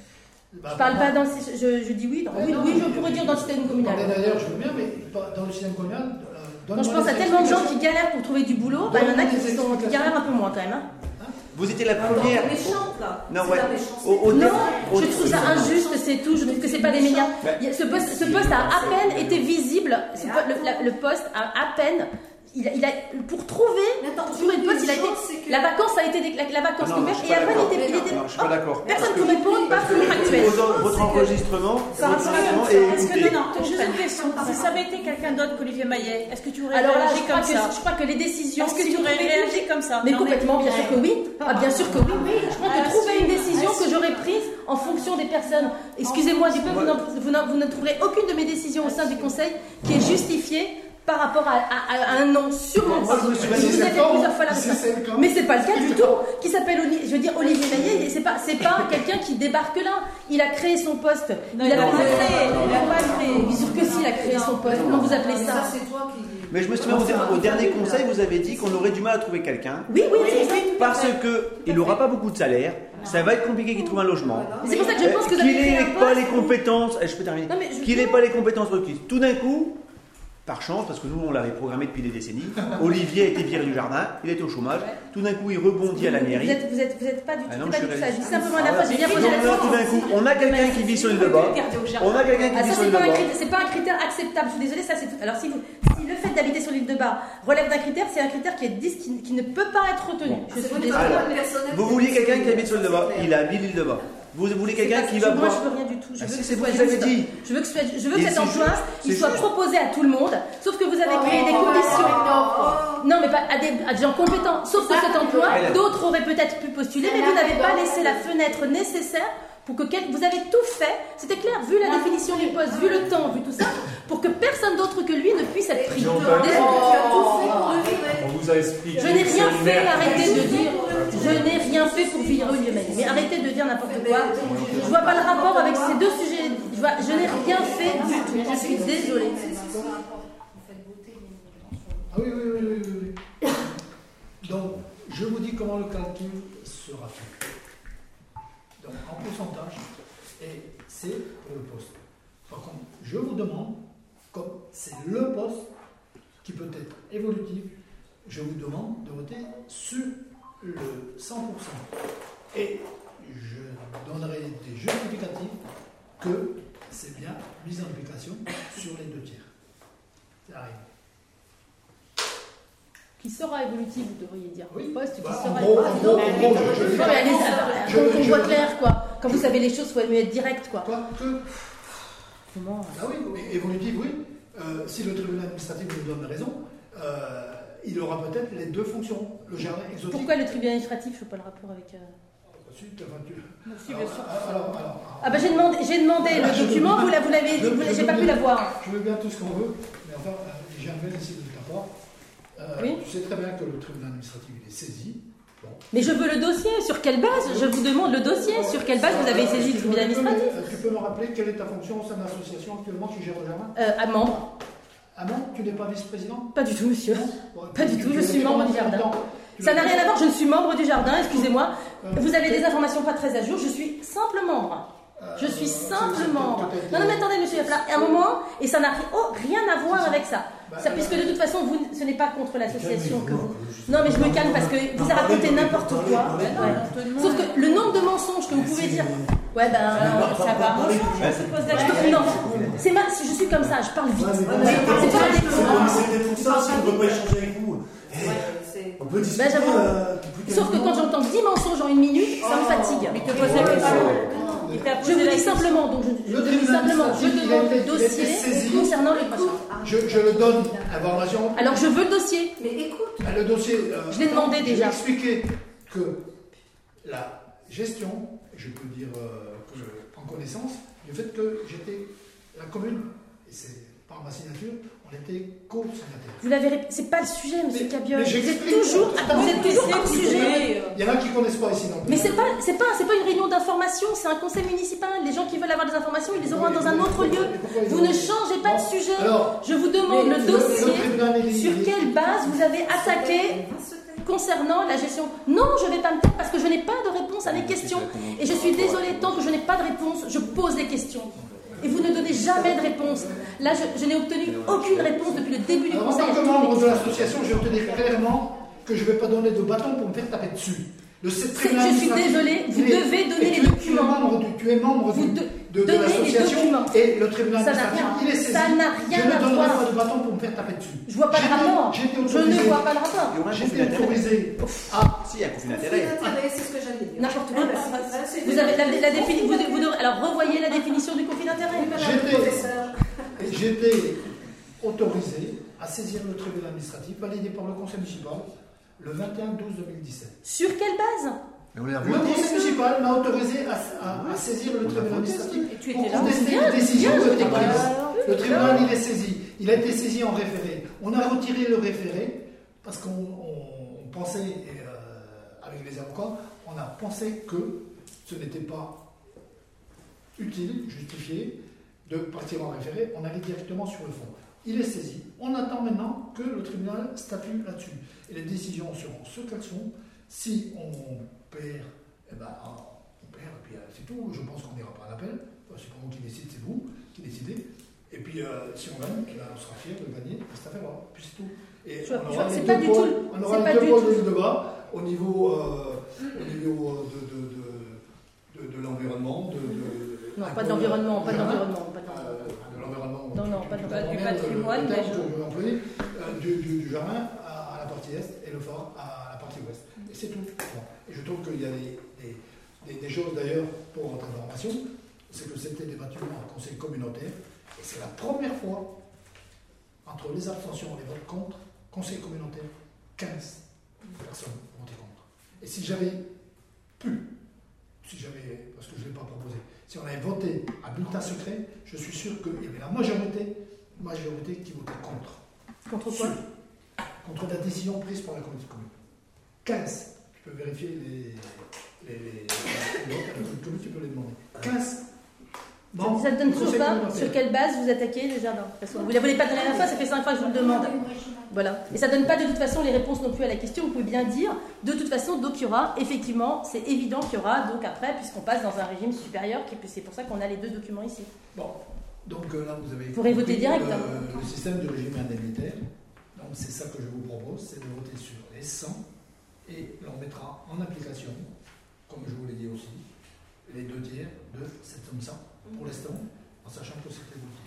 Je parle pas dans le sy- je, je dis oui, dans- oui, oui, je pourrais dire dans le système communal. D'ailleurs, je veux bien, mais pas dans le système communal. euh, Quand je pense à tellement de gens qui galèrent pour trouver du boulot, bah, il y en a qui, sont, qui galèrent un peu moins quand même. Hein. Vous étiez la Attends, première. t'es méchante là. Non, C'est ouais. la méchanceté. Au- au- Non, au- je trouve ça injuste, c'est tout. Je trouve que c'est pas des médias. Bah, Il y a- Ce poste, ce poste a à peine été visible. Ce po- le, la- le poste a à peine. Il a, il a, pour trouver, Mais attends, pour trouver le poste, il a été. c'est que- La vacance a été, dé- la, la vacance Ah non, ouverte je suis et pas après d'accord. il était, il était- Non, je suis pas d'accord. personne qui répond, pas contractuel. Votre, votre enregistrement, Par votre rapport enregistrement à- est Est-ce que écouté. non, non, juste une question. Si ça avait été quelqu'un d'autre qu'Olivier Maillet, est-ce que tu aurais Alors là, réagi je crois, comme que, ça? je crois que les décisions. Est-ce que si tu vous aurais trouvez- réagi comme ça? Mais Non, complètement, bien sûr que oui. Ah, bien sûr que oui. Je crois que Ah, trouver si. une décision Ah, que si. j'aurais prise en fonction des personnes. Excusez-moi du peu, vous, n'en- vous, n'en- vous ne trouverez aucune de mes décisions au sein du Conseil qui est justifiée par rapport à, à- à un nom sûrement. Moi, je me suis Je dit, vous ai c'est fait le camp. plusieurs fois la C'est- réponse. c'est le camp. Mais c'est pas le cas du tout. Qui s'appelle Oli- je veux dire Olivier Maillet, c'est pas c'est pas quelqu'un qui débarque là. Il a créé son poste. Non, il il a a pas créé. créé, il a pas créé. Bien sûr que si, il a créé son poste. Comment vous appelez Mais ça? ça, c'est toi qui. Mais je me souviens au, au dernier conseil, vous avez dit qu'on aurait du mal à trouver quelqu'un Oui, oui, c'est ça. parce que il n'aura pas beaucoup de salaire. Ça va être compliqué qu'il trouve un logement. Mais c'est pour ça que je pense que vous avez qu'il créé n'ait un pas poste. les compétences. eh, Je peux terminer. Non, mais je- Qu'il n'ait pas les compétences requises. Tout d'un coup, par chance, parce que nous on l'avait programmé depuis des décennies, Olivier a été viré du jardin, il était au chômage. Tout d'un coup, il rebondit à la Vous mairie. êtes, vous êtes, vous êtes pas du tout, Ah non, c'est je pas suis du tout ça. Je dis réaliste. simplement à Ah la fois, ouais. j'ai bien posé Non, la non, tout d'un question. coup, on a quelqu'un qui vit sur l'île de Bas. On a quelqu'un qui Ah, vit ça, sur c'est l'île pas, de un Bas. critère- c'est pas un critère acceptable, je suis désolée, ça c'est tout. Alors si, vous, si le fait d'habiter sur l'île de Bar relève d'un critère, c'est un critère qui, est dis- qui, qui ne peut pas être retenu. Je C'est suis vrai que désolée. Alors, le personnel Vous qui vouliez habite quelqu'un sur qui habite sur l'île de Bas. c'est clair. Il habite l'île de Bas. Vous voulez quelqu'un C'est qui pas- va Moi voir. je veux rien du tout. Je Ah, veux si, que c'est ce vous soit qui avez juste. dit. Je veux que, ce soit- je veux que Et cet c'est emploi juste, il c'est soit juste. proposé à tout le monde, sauf que vous avez créé des conditions. Non, mais pas à des, à des gens compétents. Sauf que cet emploi, Elle- d'autres auraient peut-être pu postuler, mais vous n'avez pas laissé la fenêtre nécessaire pour que quel- vous avez tout fait. C'était clair, vu la définition du poste, vu le temps, vu tout ça, pour que personne d'autre que lui ne puisse être pris. Tu Jean-Paul. as Désolé. tout fait pour le virer. On vous a expliqué. Je n'ai que rien c'est une fait, merde. arrêtez de dire. Je n'ai rien fait pour virer Olivier Maillet. Mais arrêtez de dire n'importe quoi. Je vois pas le rapport avec ces deux sujets. Je, vois- je n'ai rien fait du tout. Je suis désolée. Ah oui, oui, oui, oui, oui, oui. Donc, je vous dis comment le calcul sera fait. Donc, en pourcentage, et c'est pour le poste. Par contre, je vous demande, comme c'est le poste qui peut être évolutif, je vous demande de voter sur le cent pour cent. Et je donnerai des justificatifs que c'est bien mis en application sur les deux tiers. Ça arrive. Qui sera évolutif, vous devriez dire. Oui. Le poste qui Bah, en sera gros, en évolutif. gros, en gros, je, je, Non, mais allez, je- qu'on qu'on je- voit clair, quoi. Quand vous savez les choses, il faut mieux être direct, quoi. Quoi que, Comment ah oui, é- évolutif, oui. Euh, si le tribunal administratif nous donne raison, euh, il aura peut-être les deux fonctions. Le jardin exotique. Pourquoi le tribunal administratif, je ne vois pas le rapport avec. euh, Ensuite, enfin, tu- Si, bien sûr. Alors, alors, alors, Ah bah j'ai demandé, j'ai demandé Ah, le je veux document, bien- vous l'avez, vous l'avez, je- vous- je j'ai veux pas pu bien- l'avoir. Je veux bien tout ce qu'on veut, mais enfin, euh, j'ai un mail ici de ta part. Euh, Oui. Tu sais très bien que le tribunal administratif il est saisi. Bon. Mais je veux le dossier. Sur quelle base? Je vous demande le dossier. Sur quelle base vous avez saisi le tribunal Tu peux me- administratif? Tu peux me rappeler quelle est ta fonction au sein de l'association actuellement qui gère le jardin? euh, À membre. Ah non, tu n'es pas vice-président? Pas du tout, monsieur. Bon, Pas tu- du tu- tout, je tu suis l'as membre fait du pendant jardin. combien de temps? Tu Ça l'as n'a fait- rien à voir, je suis membre du jardin, excusez-moi. Euh, Vous avez des informations pas très à jour, je suis simple membre. Je suis Euh, simple c'est- c'est membre. peut-être- Non, non, mais attendez, monsieur Yapla, à un moment, et ça n'a ri- oh, rien à voir avec ça. Bah, Ça, puisque de toute façon, vous, ce n'est pas contre l'association que vous. Non, mais je me calme parce que vous avez raconté n'importe quoi. Ouais. Sauf que le nombre de mensonges que vous pouvez dire. Ouais, ben. Alors, ça va, on se pose la question. Non, c'est ma... je suis comme ça, je parle vite. Ouais, mais Mais c'est pas des c'est pour ça, si on ne peut pas échanger avec vous. On peut discuter. Ben, j'avoue. euh, Sauf que quand j'entends dix mensonges en une minute, ça me fatigue. Mais te pose la question. Il t'a Je posé vous la dis question. simplement, donc je, je Le vous dis tribunal simplement, je administratif, demande il a le été- il a été dossier saisi. concernant le coût. Je, je le donne information. Alors je veux le dossier. Mais écoute, Ah, le dossier. euh, Je l'ai demandé je déjà. vais expliquer que la gestion, je peux dire euh, que, en connaissance du fait que j'étais la commune, et c'est par ma signature, on était co-signataires. Vous l'avez rép- c'est pas le sujet, monsieur Mais- Cabiol. mais Vous êtes j'explique. toujours, Attends, vous êtes toujours c'est hors le sujet. sujet. Il y en a qui ne connaissent pas ici non plus. Mais c'est pas, c'est pas, c'est pas une réunion d'information, c'est un conseil municipal. Les gens qui veulent avoir des informations, ils les auront dans un autre lieu. Vous ne changez pas de sujet. Alors, Je vous demande mais le le- dossier. le tribunal, il est- Sur il est- quelle base vous avez attaqué concernant la gestion? Non, je ne vais pas me taire parce que je n'ai pas de réponse à mes questions. Et je suis désolée, tant que je n'ai pas de réponse, je pose des questions. Et vous ne donnez jamais de réponse. Là, je, je n'ai obtenu aucune réponse depuis le début du Alors, en conseil. tant que membre de l'association, je vais obtenir clairement que je ne vais pas donner de bâton pour me faire taper dessus. Le C'est- tribunal je suis administratif, désolée, vous il est- devez donner et les tu, documents. Tu es membre, du, tu es membre Vous du- de- de, de donnez les l'association documents. et le tribunal Ça n'a administratif, rien- il est saisi. ça n'a rien je ne à donnerai voir. pas de bâton pour me faire taper dessus. Je vois pas J'ai le été- rapport. j'ai été Je autorisé- ne vois pas le rapport. Il y aura un J'ai conflit été d'intérêt. autorisé à. Si, il y a un conflit conflit d'intérêt. d'intérêt, c'est ce que j'allais dire. N'importe Eh quoi. ben, c'est- c'est- Vous avez la, la défini- vous, vous devrez- alors revoyez la définition du conflit d'intérêt. Madame J'étais- le professeur. J'ai été autorisé à saisir le tribunal administratif validé par le conseil municipal le vingt et un douze deux mille dix-sept. Sur quelle base? Le conseil municipal m'a autorisé à, à- à saisir le tribunal administratif Et tu pour étais là. contester Bien, une décision bien, de j'étais prise. là. Le tribunal, il est saisi. Il a été saisi en référé. On a retiré le référé parce qu'on on- on pensait, et, euh, avec les avocats, on a pensé que ce n'était pas utile, justifié, de partir en référé. On allait directement sur le fond. Il est saisi. On attend maintenant que le tribunal statue là-dessus. Et les décisions seront ce qu'elles sont. Si on perd, eh ben, on perd, et puis euh, c'est tout. Je pense qu'on n'ira pas à l'appel. Enfin, c'est pas moi qui décide, c'est vous qui décidez. Et puis, euh, si on gagne, eh ben, on sera fiers de gagner cette affaire-là. Puis c'est tout. Et Je vois- on je aura vois- les c'est deux pas du pôles- tout- on aura c'est les pas deux du pôles tout- de débat au niveau, euh, au niveau euh, de, de, de, de, de l'environnement. De, de, Non, un pas de pôle l'environnement, pas de jardin, l'environnement, pas de l'environnement. euh, de l'environnement. Non, non, tu- pas de- tu pas du comprends bien le- patrimoine, le terme mais je- que je veux employer, euh, du, du, du jardin à, à la partie est et le phare à la partie ouest. Et c'est tout. Bon. Et je trouve qu'il y a des, des, des, des choses d'ailleurs pour votre information, c'est que c'était débattu en conseil communautaire et c'est la première fois entre les abstentions et les votes contre, conseil communautaire, quinze personnes ont voté contre. Et si j'avais pu, si j'avais, parce que je ne l'ai pas proposé, si on avait voté à bulletin secret, je suis sûr qu'il y avait la majorité, majorité qui votait contre. Contre quoi? Sûr. Contre la décision prise par la communauté de communes. quinze. Tu peux vérifier les, les, les, les votes à la communauté de communes, tu peux les demander. quinze. Ça, ça ne donne toujours pas sur quelle base vous attaquez les jardins. Parce que vous ne la voulez pas donner à la fois, ça fait cinq fois que je vous le demande. Voilà. Et ça ne donne pas de toute façon les réponses non plus à la question. Vous pouvez bien dire, de toute façon, donc il y aura, effectivement, c'est évident qu'il y aura, donc après, puisqu'on passe dans un régime supérieur, qui- c'est pour ça qu'on a les deux documents ici. Bon, donc euh, là vous avez. Vous pourrez voter compris direct, Le, hein. le système du régime indemnitaire. Donc c'est ça que je vous propose, c'est de voter sur les cent et l'on mettra en application, comme je vous l'ai dit aussi, les deux tiers de cette somme cent pour l'instant, en sachant que c'était voté.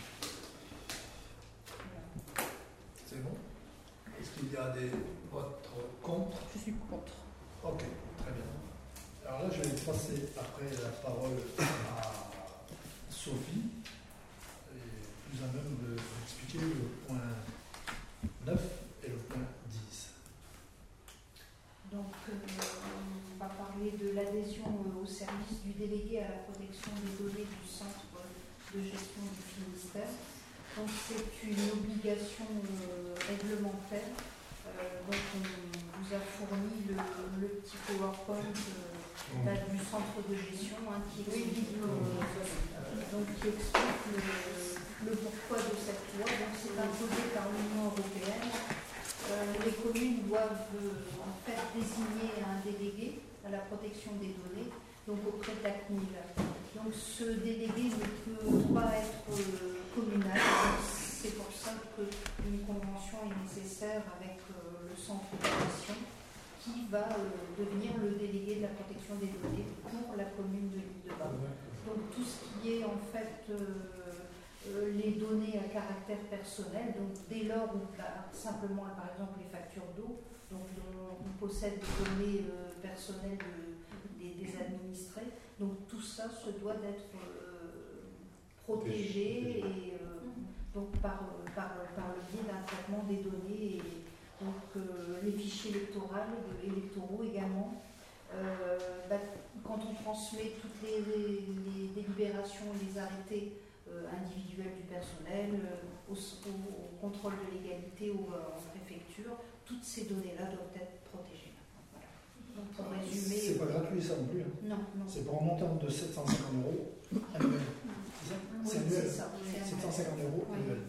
C'est bon? Est-ce qu'il y a des votes contre? Je suis contre. Ok, très bien. Alors là, je vais passer après la parole à Sophie, et plus à même de vous expliquer le point neuf et le point dix. Donc, euh, on va parler de l'adhésion euh, au service du délégué à la protection des données du centre de gestion du Finistère. Donc, c'est une obligation euh, réglementaire. Euh, donc, on vous a fourni le, le petit PowerPoint euh, là, du centre de gestion hein, qui explique, euh, donc, qui explique le, le pourquoi de cette loi. Donc, c'est imposé par l'Union européenne. Euh, les communes doivent euh, en fait désigner un délégué à la protection des données, donc auprès de la C N I L. Donc ce délégué ne peut pas être euh, communal, donc c'est pour ça qu'une convention est nécessaire avec euh, le centre de gestion qui va euh, devenir le délégué de la protection des données pour la commune de l'Île-de-Bas. Donc tout ce qui est en fait euh, euh, les données à caractère personnel, donc dès lors où bah, simplement par exemple les factures d'eau, donc on, on possède des données euh, personnelles de, des, des administrés, donc tout ça se doit d'être euh, protégé et euh, donc par, par, par le biais d'un traitement des données et donc euh, les fichiers électoraux, électoraux également. Euh, bah, quand on transmet toutes les, les, les délibérations, les arrêtés euh, individuels du personnel, euh, au, au, au contrôle de légalité ou euh, en préfecture, toutes ces données-là doivent être protégées. Voilà. Donc pour résumer, c'est pas gratuit ça non plus. Hein. Non, non. C'est pour un montant de sept cent cinquante euros annuel. C'est ça? Oui, C'est annuel. c'est ça. sept cent cinquante euros Oui. annuel.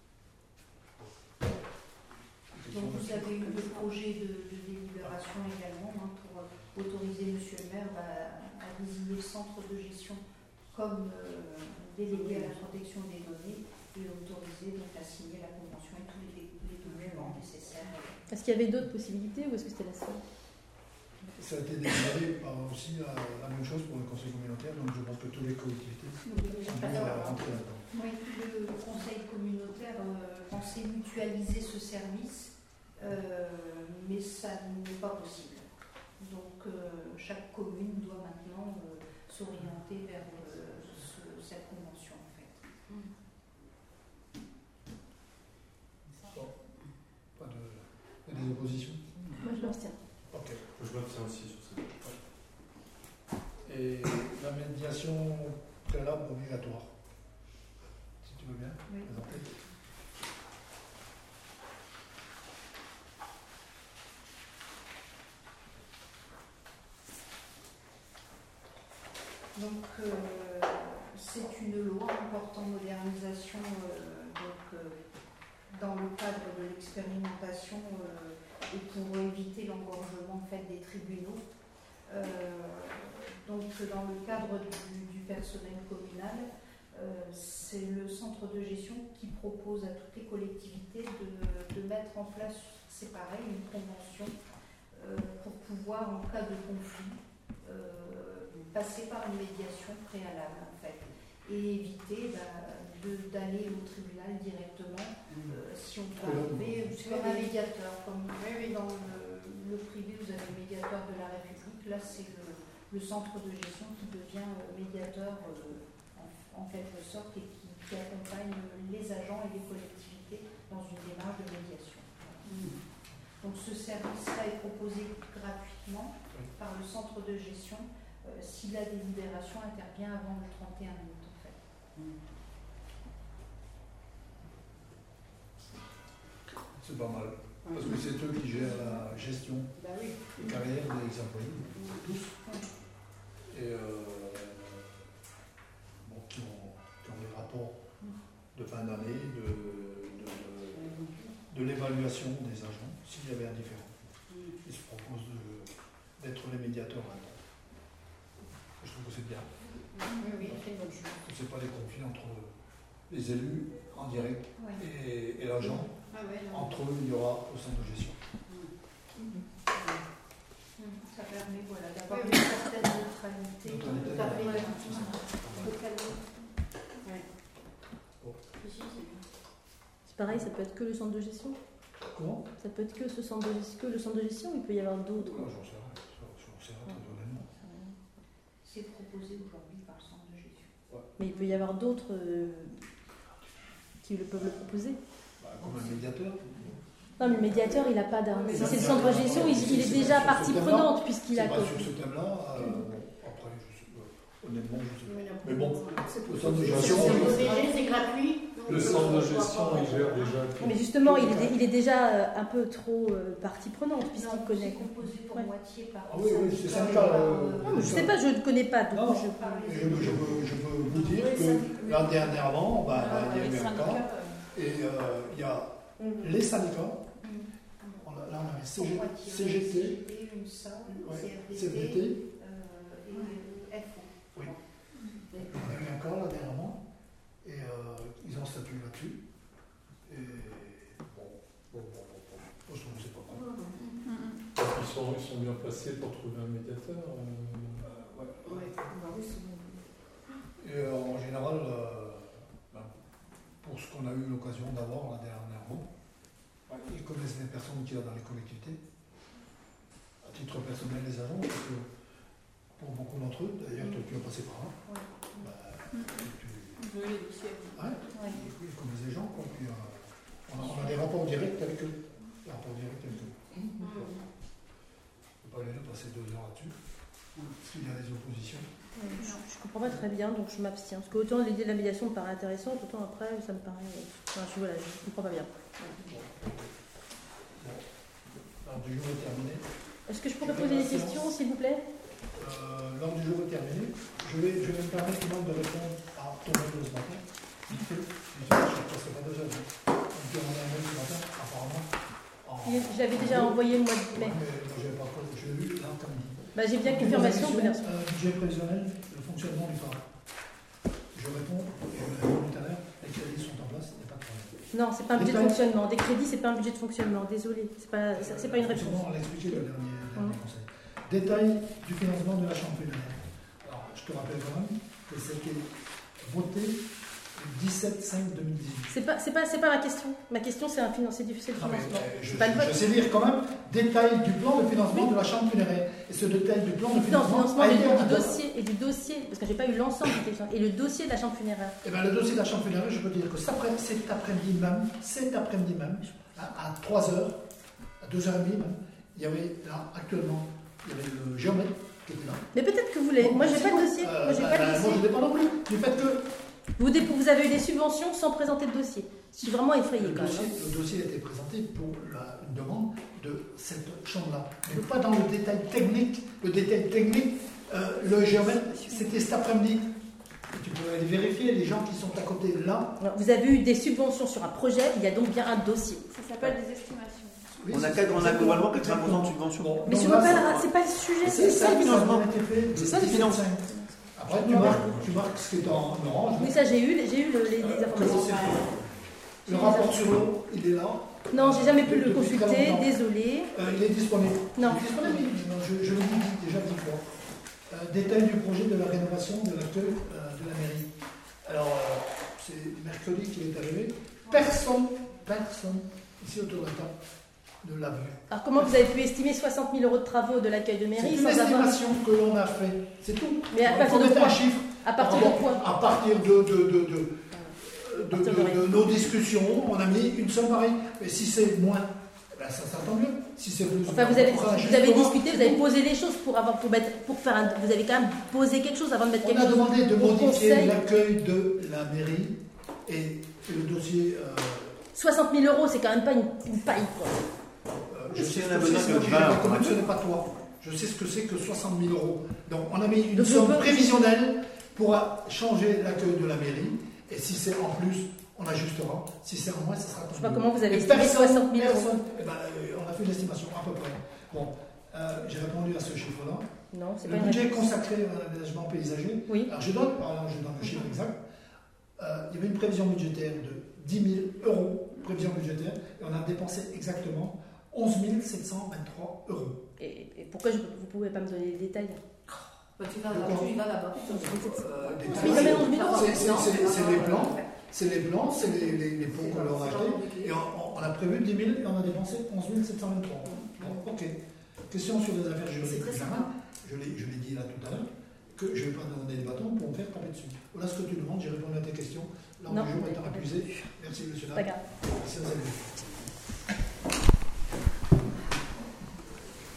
Donc vous avez eu le projet de, de délibération également hein, pour autoriser Monsieur le maire bah, à désigner le centre de gestion comme euh, délégué à la protection des données et autoriser donc à signer la convention et tous les, les documents nécessaires. Est-ce qu'il y avait d'autres possibilités ou est-ce que c'était la seule? Ça a été déclaré par aussi la, la même chose pour le conseil communautaire, donc je pense que toutes les collectivités sont bien à rentrer là-dedans. Oui, le conseil communautaire euh, pensait mutualiser ce service. Euh, mais ça n'est pas possible. Donc euh, chaque commune doit maintenant euh, s'orienter vers euh, ce, cette convention en fait. Bon. Pas de, pas des oppositions? Moi je m'abstiens. Ok. Je m'abstiens aussi sur ça. Et la médiation préalable obligatoire, si tu veux bien Oui. présenter. Donc euh, c'est une loi portant modernisation euh, donc, euh, dans le cadre de l'expérimentation euh, et pour éviter l'engorgement en fait, des tribunaux. Euh, donc dans le cadre du, du personnel communal, euh, c'est le centre de gestion qui propose à toutes les collectivités de, de mettre en place, c'est pareil, une convention euh, pour pouvoir en cas de conflit euh, passer par une médiation préalable en fait et éviter bah, de, d'aller au tribunal directement euh, si on peut arriver comme un médiateur comme dans le, le privé vous avez le médiateur de la République, là c'est le, le centre de gestion qui devient euh, médiateur euh, en, en quelque sorte et qui, qui accompagne les agents et les collectivités dans une démarche de médiation. Mmh. Donc ce service-là est proposé gratuitement par le centre de gestion euh, si la délibération intervient avant le trente et un août en fait. C'est pas mal. Parce que c'est eux qui gèrent la gestion bah oui. des carrières des employés, tous. Et euh, bon, qui, ont, qui ont des rapports de fin d'année, de, de, de, de l'évaluation des agents, s'il y avait un différent. Ils se proposent de, d'être les médiateurs là-dedans. Je trouve que c'est bien. Oui, oui, c'est une bonne chose. Que ce n'est pas les conflits entre les élus en direct Oui. et, et l'agent. Ah ouais, Entre eux, il y aura au centre de gestion. Ça permet voilà, d'avoir une certaine neutralité. Neutralité. Tout à fait. C'est pareil, ça peut être que le centre de gestion? Comment? Ça peut être que, ce centre de, que le centre de gestion ou il peut y avoir d'autres? Ah, j'en sais rien. J'en sais rien, très honnêtement. C'est proposé aujourd'hui par le centre de gestion. Ouais. Mais il peut y avoir d'autres euh, qui le peuvent le proposer. Bah, comme un médiateur. Non, mais le médiateur, il n'a pas d'un. Mais Si ça, c'est le c'est centre de pas- gestion, il, il est c'est déjà pas sur partie ce thème-là. prenante puisqu'il a. C'est pas sur ce thème-là. Euh, bon, après, je sais pas. Honnêtement, je sais pas. Mais bon, le centre de C'est gestion. C'est gratuit. Le centre de gestion, il gère déjà. tout. Mais justement, il est, il est déjà euh, un peu trop euh, partie prenante puisqu'il Non, connaît. c'est composé pour Ouais. moitié par Ah oui, oui, c'est syndicat syndicat, et par, euh, euh, Non, mais je sais pas, je ne connais pas. Donc Non, je... par les Je, je, élus. peux, je peux vous dire Oui, que là, dernièrement, bah, bah, il y a eu un cas. syndicats. Et euh, il y a Mhm. les syndicats. Mm. On a- là, on avait Pour C G, moitié, C G T, C G T, UNSA, ouais, C F D T, C F D T. euh, et F O. Oui. On a eu un cas là dernièrement. Et euh, ils ont statué là-dessus. sont, ils sont bien placés pour trouver un médiateur. euh. Euh, ouais. Ouais, bah oui, c'est bon. Et euh, en général, euh, ben, pour ce qu'on a eu l'occasion d'avoir là, dernièrement, ouais, ils connaissent les personnes qu'il y a dans les collectivités. À titre personnel, les agents, parce que pour beaucoup d'entre eux, d'ailleurs, toi, tu as passé par là. Ouais. Bah, Mm. tu, Oui, les dossiers. ouais, Ouais. ils, ils connaissent les gens, quoi. Puis, euh, on, a, on a des rapports directs avec eux. Des rapports directs avec eux. Mm. Je ne peux pas aller là passer deux heures là-dessus. Parce qu'il y a des oppositions. Ouais, je, je comprends pas très bien, donc je m'abstiens. Parce que autant l'idée de la médiation me paraît intéressante, autant après ça me paraît. euh, Enfin, je, voilà, je comprends pas bien. Bon. L'ordre du jour est terminé. Est-ce que je pourrais poser des questions, s'il vous plaît? Euh, L'ordre du jour est terminé. Je vais, je vais me permettre quand même de répondre à ton mail de ce matin. Vite fait. Je ne passerai pas deux heures. On peut envoyer un mail ce matin, apparemment. En... Je l'avais déjà envoyé le mois de mai. Ouais, mais moi, j'avais pas trop. Je l'ai vu là, comme dit. Bah, j'ai bien confirmation, vous l'avez reçu. Euh, budget prévisionnel, le fonctionnement du phare. Je réponds, et je réponds tout à l'heure, les crédits sont en place, il n'y a pas de problème. Non, c'est pas un budget de fonctionnement. Des crédits, c'est pas un budget de fonctionnement. Désolé, c'est pas, ça- c'est pas une réponse. On l'a expliqué le dernier, le dernier Hum. conseil. Détail du financement de la chambre plénière. Alors, je te rappelle quand même que c'était voté le dix-sept cinq deux mille dix-huit. C'est pas, c'est pas, c'est pas ma question. Ma question, c'est un financier du c'est le Ah, mais, financement. euh, je, C'est pas le vote. je sais lire quand même détail du plan de financement de la chambre funéraire. Et ce détail du plan de Non, financement, financement a du, été du adopté. dossier et du dossier, parce que j'ai pas eu l'ensemble du dossier, et le dossier de la chambre funéraire. Eh ben, le dossier de la chambre funéraire, je peux dire que cet après- cet après-midi même, cet après-midi même, à, à trois heures, à deux heures trente même, il y avait là, actuellement, il y avait le géomètre qui était là. Mais peut-être que vous l'avez. Moi, j'ai pas de dossier. Euh, Moi, j'ai bah, pas bah, de moi, dossier. je n'ai pas non plus. Du fait que Vous, dé- vous avez eu des subventions sans présenter de dossier. Je suis vraiment effrayée le quand même. dossier, hein. le dossier a été présenté pour la, une demande de cette chambre-là. Mais pas dans le détail technique. Le détail technique, euh, le géomètre, c'était cet après-midi. Tu peux aller vérifier les gens qui sont à côté là. Alors, vous avez eu des subventions sur un projet, il y a donc bien un dossier. Ça s'appelle des estimations. Oui, On a, c'est- quatre- on a exactement. globalement quatre-vingts pour cent de subvention. Bon, Mais donc sur là, le pas, ça- c'est pas le sujet. C'est ça, le financement. a été fait C'est ça, les finances. Après, tu marques, tu marques ce qui est en orange. Oui, ça j'ai eu, j'ai eu le- les, les Comment informations. c'est fait? Le rapport sur l'eau, il est là. Non, j'ai jamais pu le Depuis très consulter, longtemps. désolé. Euh, il est disponible. Non. Il est disponible, oui. Non, je, je le dis déjà dix fois. Euh, détail du projet de la rénovation de l'accueil euh, de la mairie. Alors, euh, c'est mercredi qu'il est arrivé. Personne, personne, ici autour de la table, ne l'a vu. Alors comment vous avez pu estimer soixante mille euros de travaux de l'accueil de C'est mairie une sans avoir... estimation que l'on a fait. C'est tout. Mais à Il partir faut de mettre quoi un chiffre. À partir de quoi À partir de, de, de, de, de, partir de de- rien. de nos discussions, on a mis une somme pareille. Mais si c'est moins, eh ben ça, ça tant mieux. Si c'est plus, Enfin, vous on avez, fera un vous avez ajustement. discuté, vous avez posé les choses pour avoir, pour mettre, pour faire un, vous avez quand même posé quelque chose avant de mettre On quelque a chose. demandé de au modifier conseil. l'accueil de la mairie et le dossier. euh, soixante mille euros, c'est quand même pas une, une paille, quoi. euh, je Est-ce sais qu'il ce y en a que c'est, besoin c'est que moi qui gère vingt, la commune, on ce va n'est pas toi. Je sais ce que c'est que soixante mille euros. Donc on a mis une Donc, je somme peux- prévisionnelle pour changer l'accueil de la mairie. Et si c'est en plus, on ajustera. Si c'est en moins, ce sera tant Je sais pas mieux. comment vous avez Et estimé personne- soixante mille euros. personne- eh ben, euh, on a fait une estimation à peu près. Bon, euh, j'ai répondu à ce chiffre-là. Non, c'est Le pas une budget réponse. consacré à l'aménagement paysager. Oui. Alors je donne, par exemple, je donne le chiffre exact. Euh, il y avait une prévision budgétaire de dix mille euros, prévision budgétaire, et on a dépensé exactement onze mille sept cent vingt-trois euros. Et, et pourquoi je, vous pouvez pas me donner les détails? Bah, tu vas là-bas, tu y vas là-bas. Euh, des Oui, tailles, mais onze mille euros. c'est- c'est- Non, c'est- c'est non, les non, plans, non. c'est les plans, c'est les, les, les pots qu'on leur a achetés, et on, on a prévu dix mille et on a dépensé onze mille sept cent vingt-trois. Bon, ok. Question sur les affaires C'est juridiques. très Examen. sympa. Je l'ai je l'ai dit là tout à l'heure, que je ne vais pas donner les bâtons pour me faire taper dessus. Voilà ce que tu demandes, j'ai répondu à tes questions. L'ordre Non. du jour étant accusé. Merci, monsieur Pas Dame. grave. Merci, Xavier.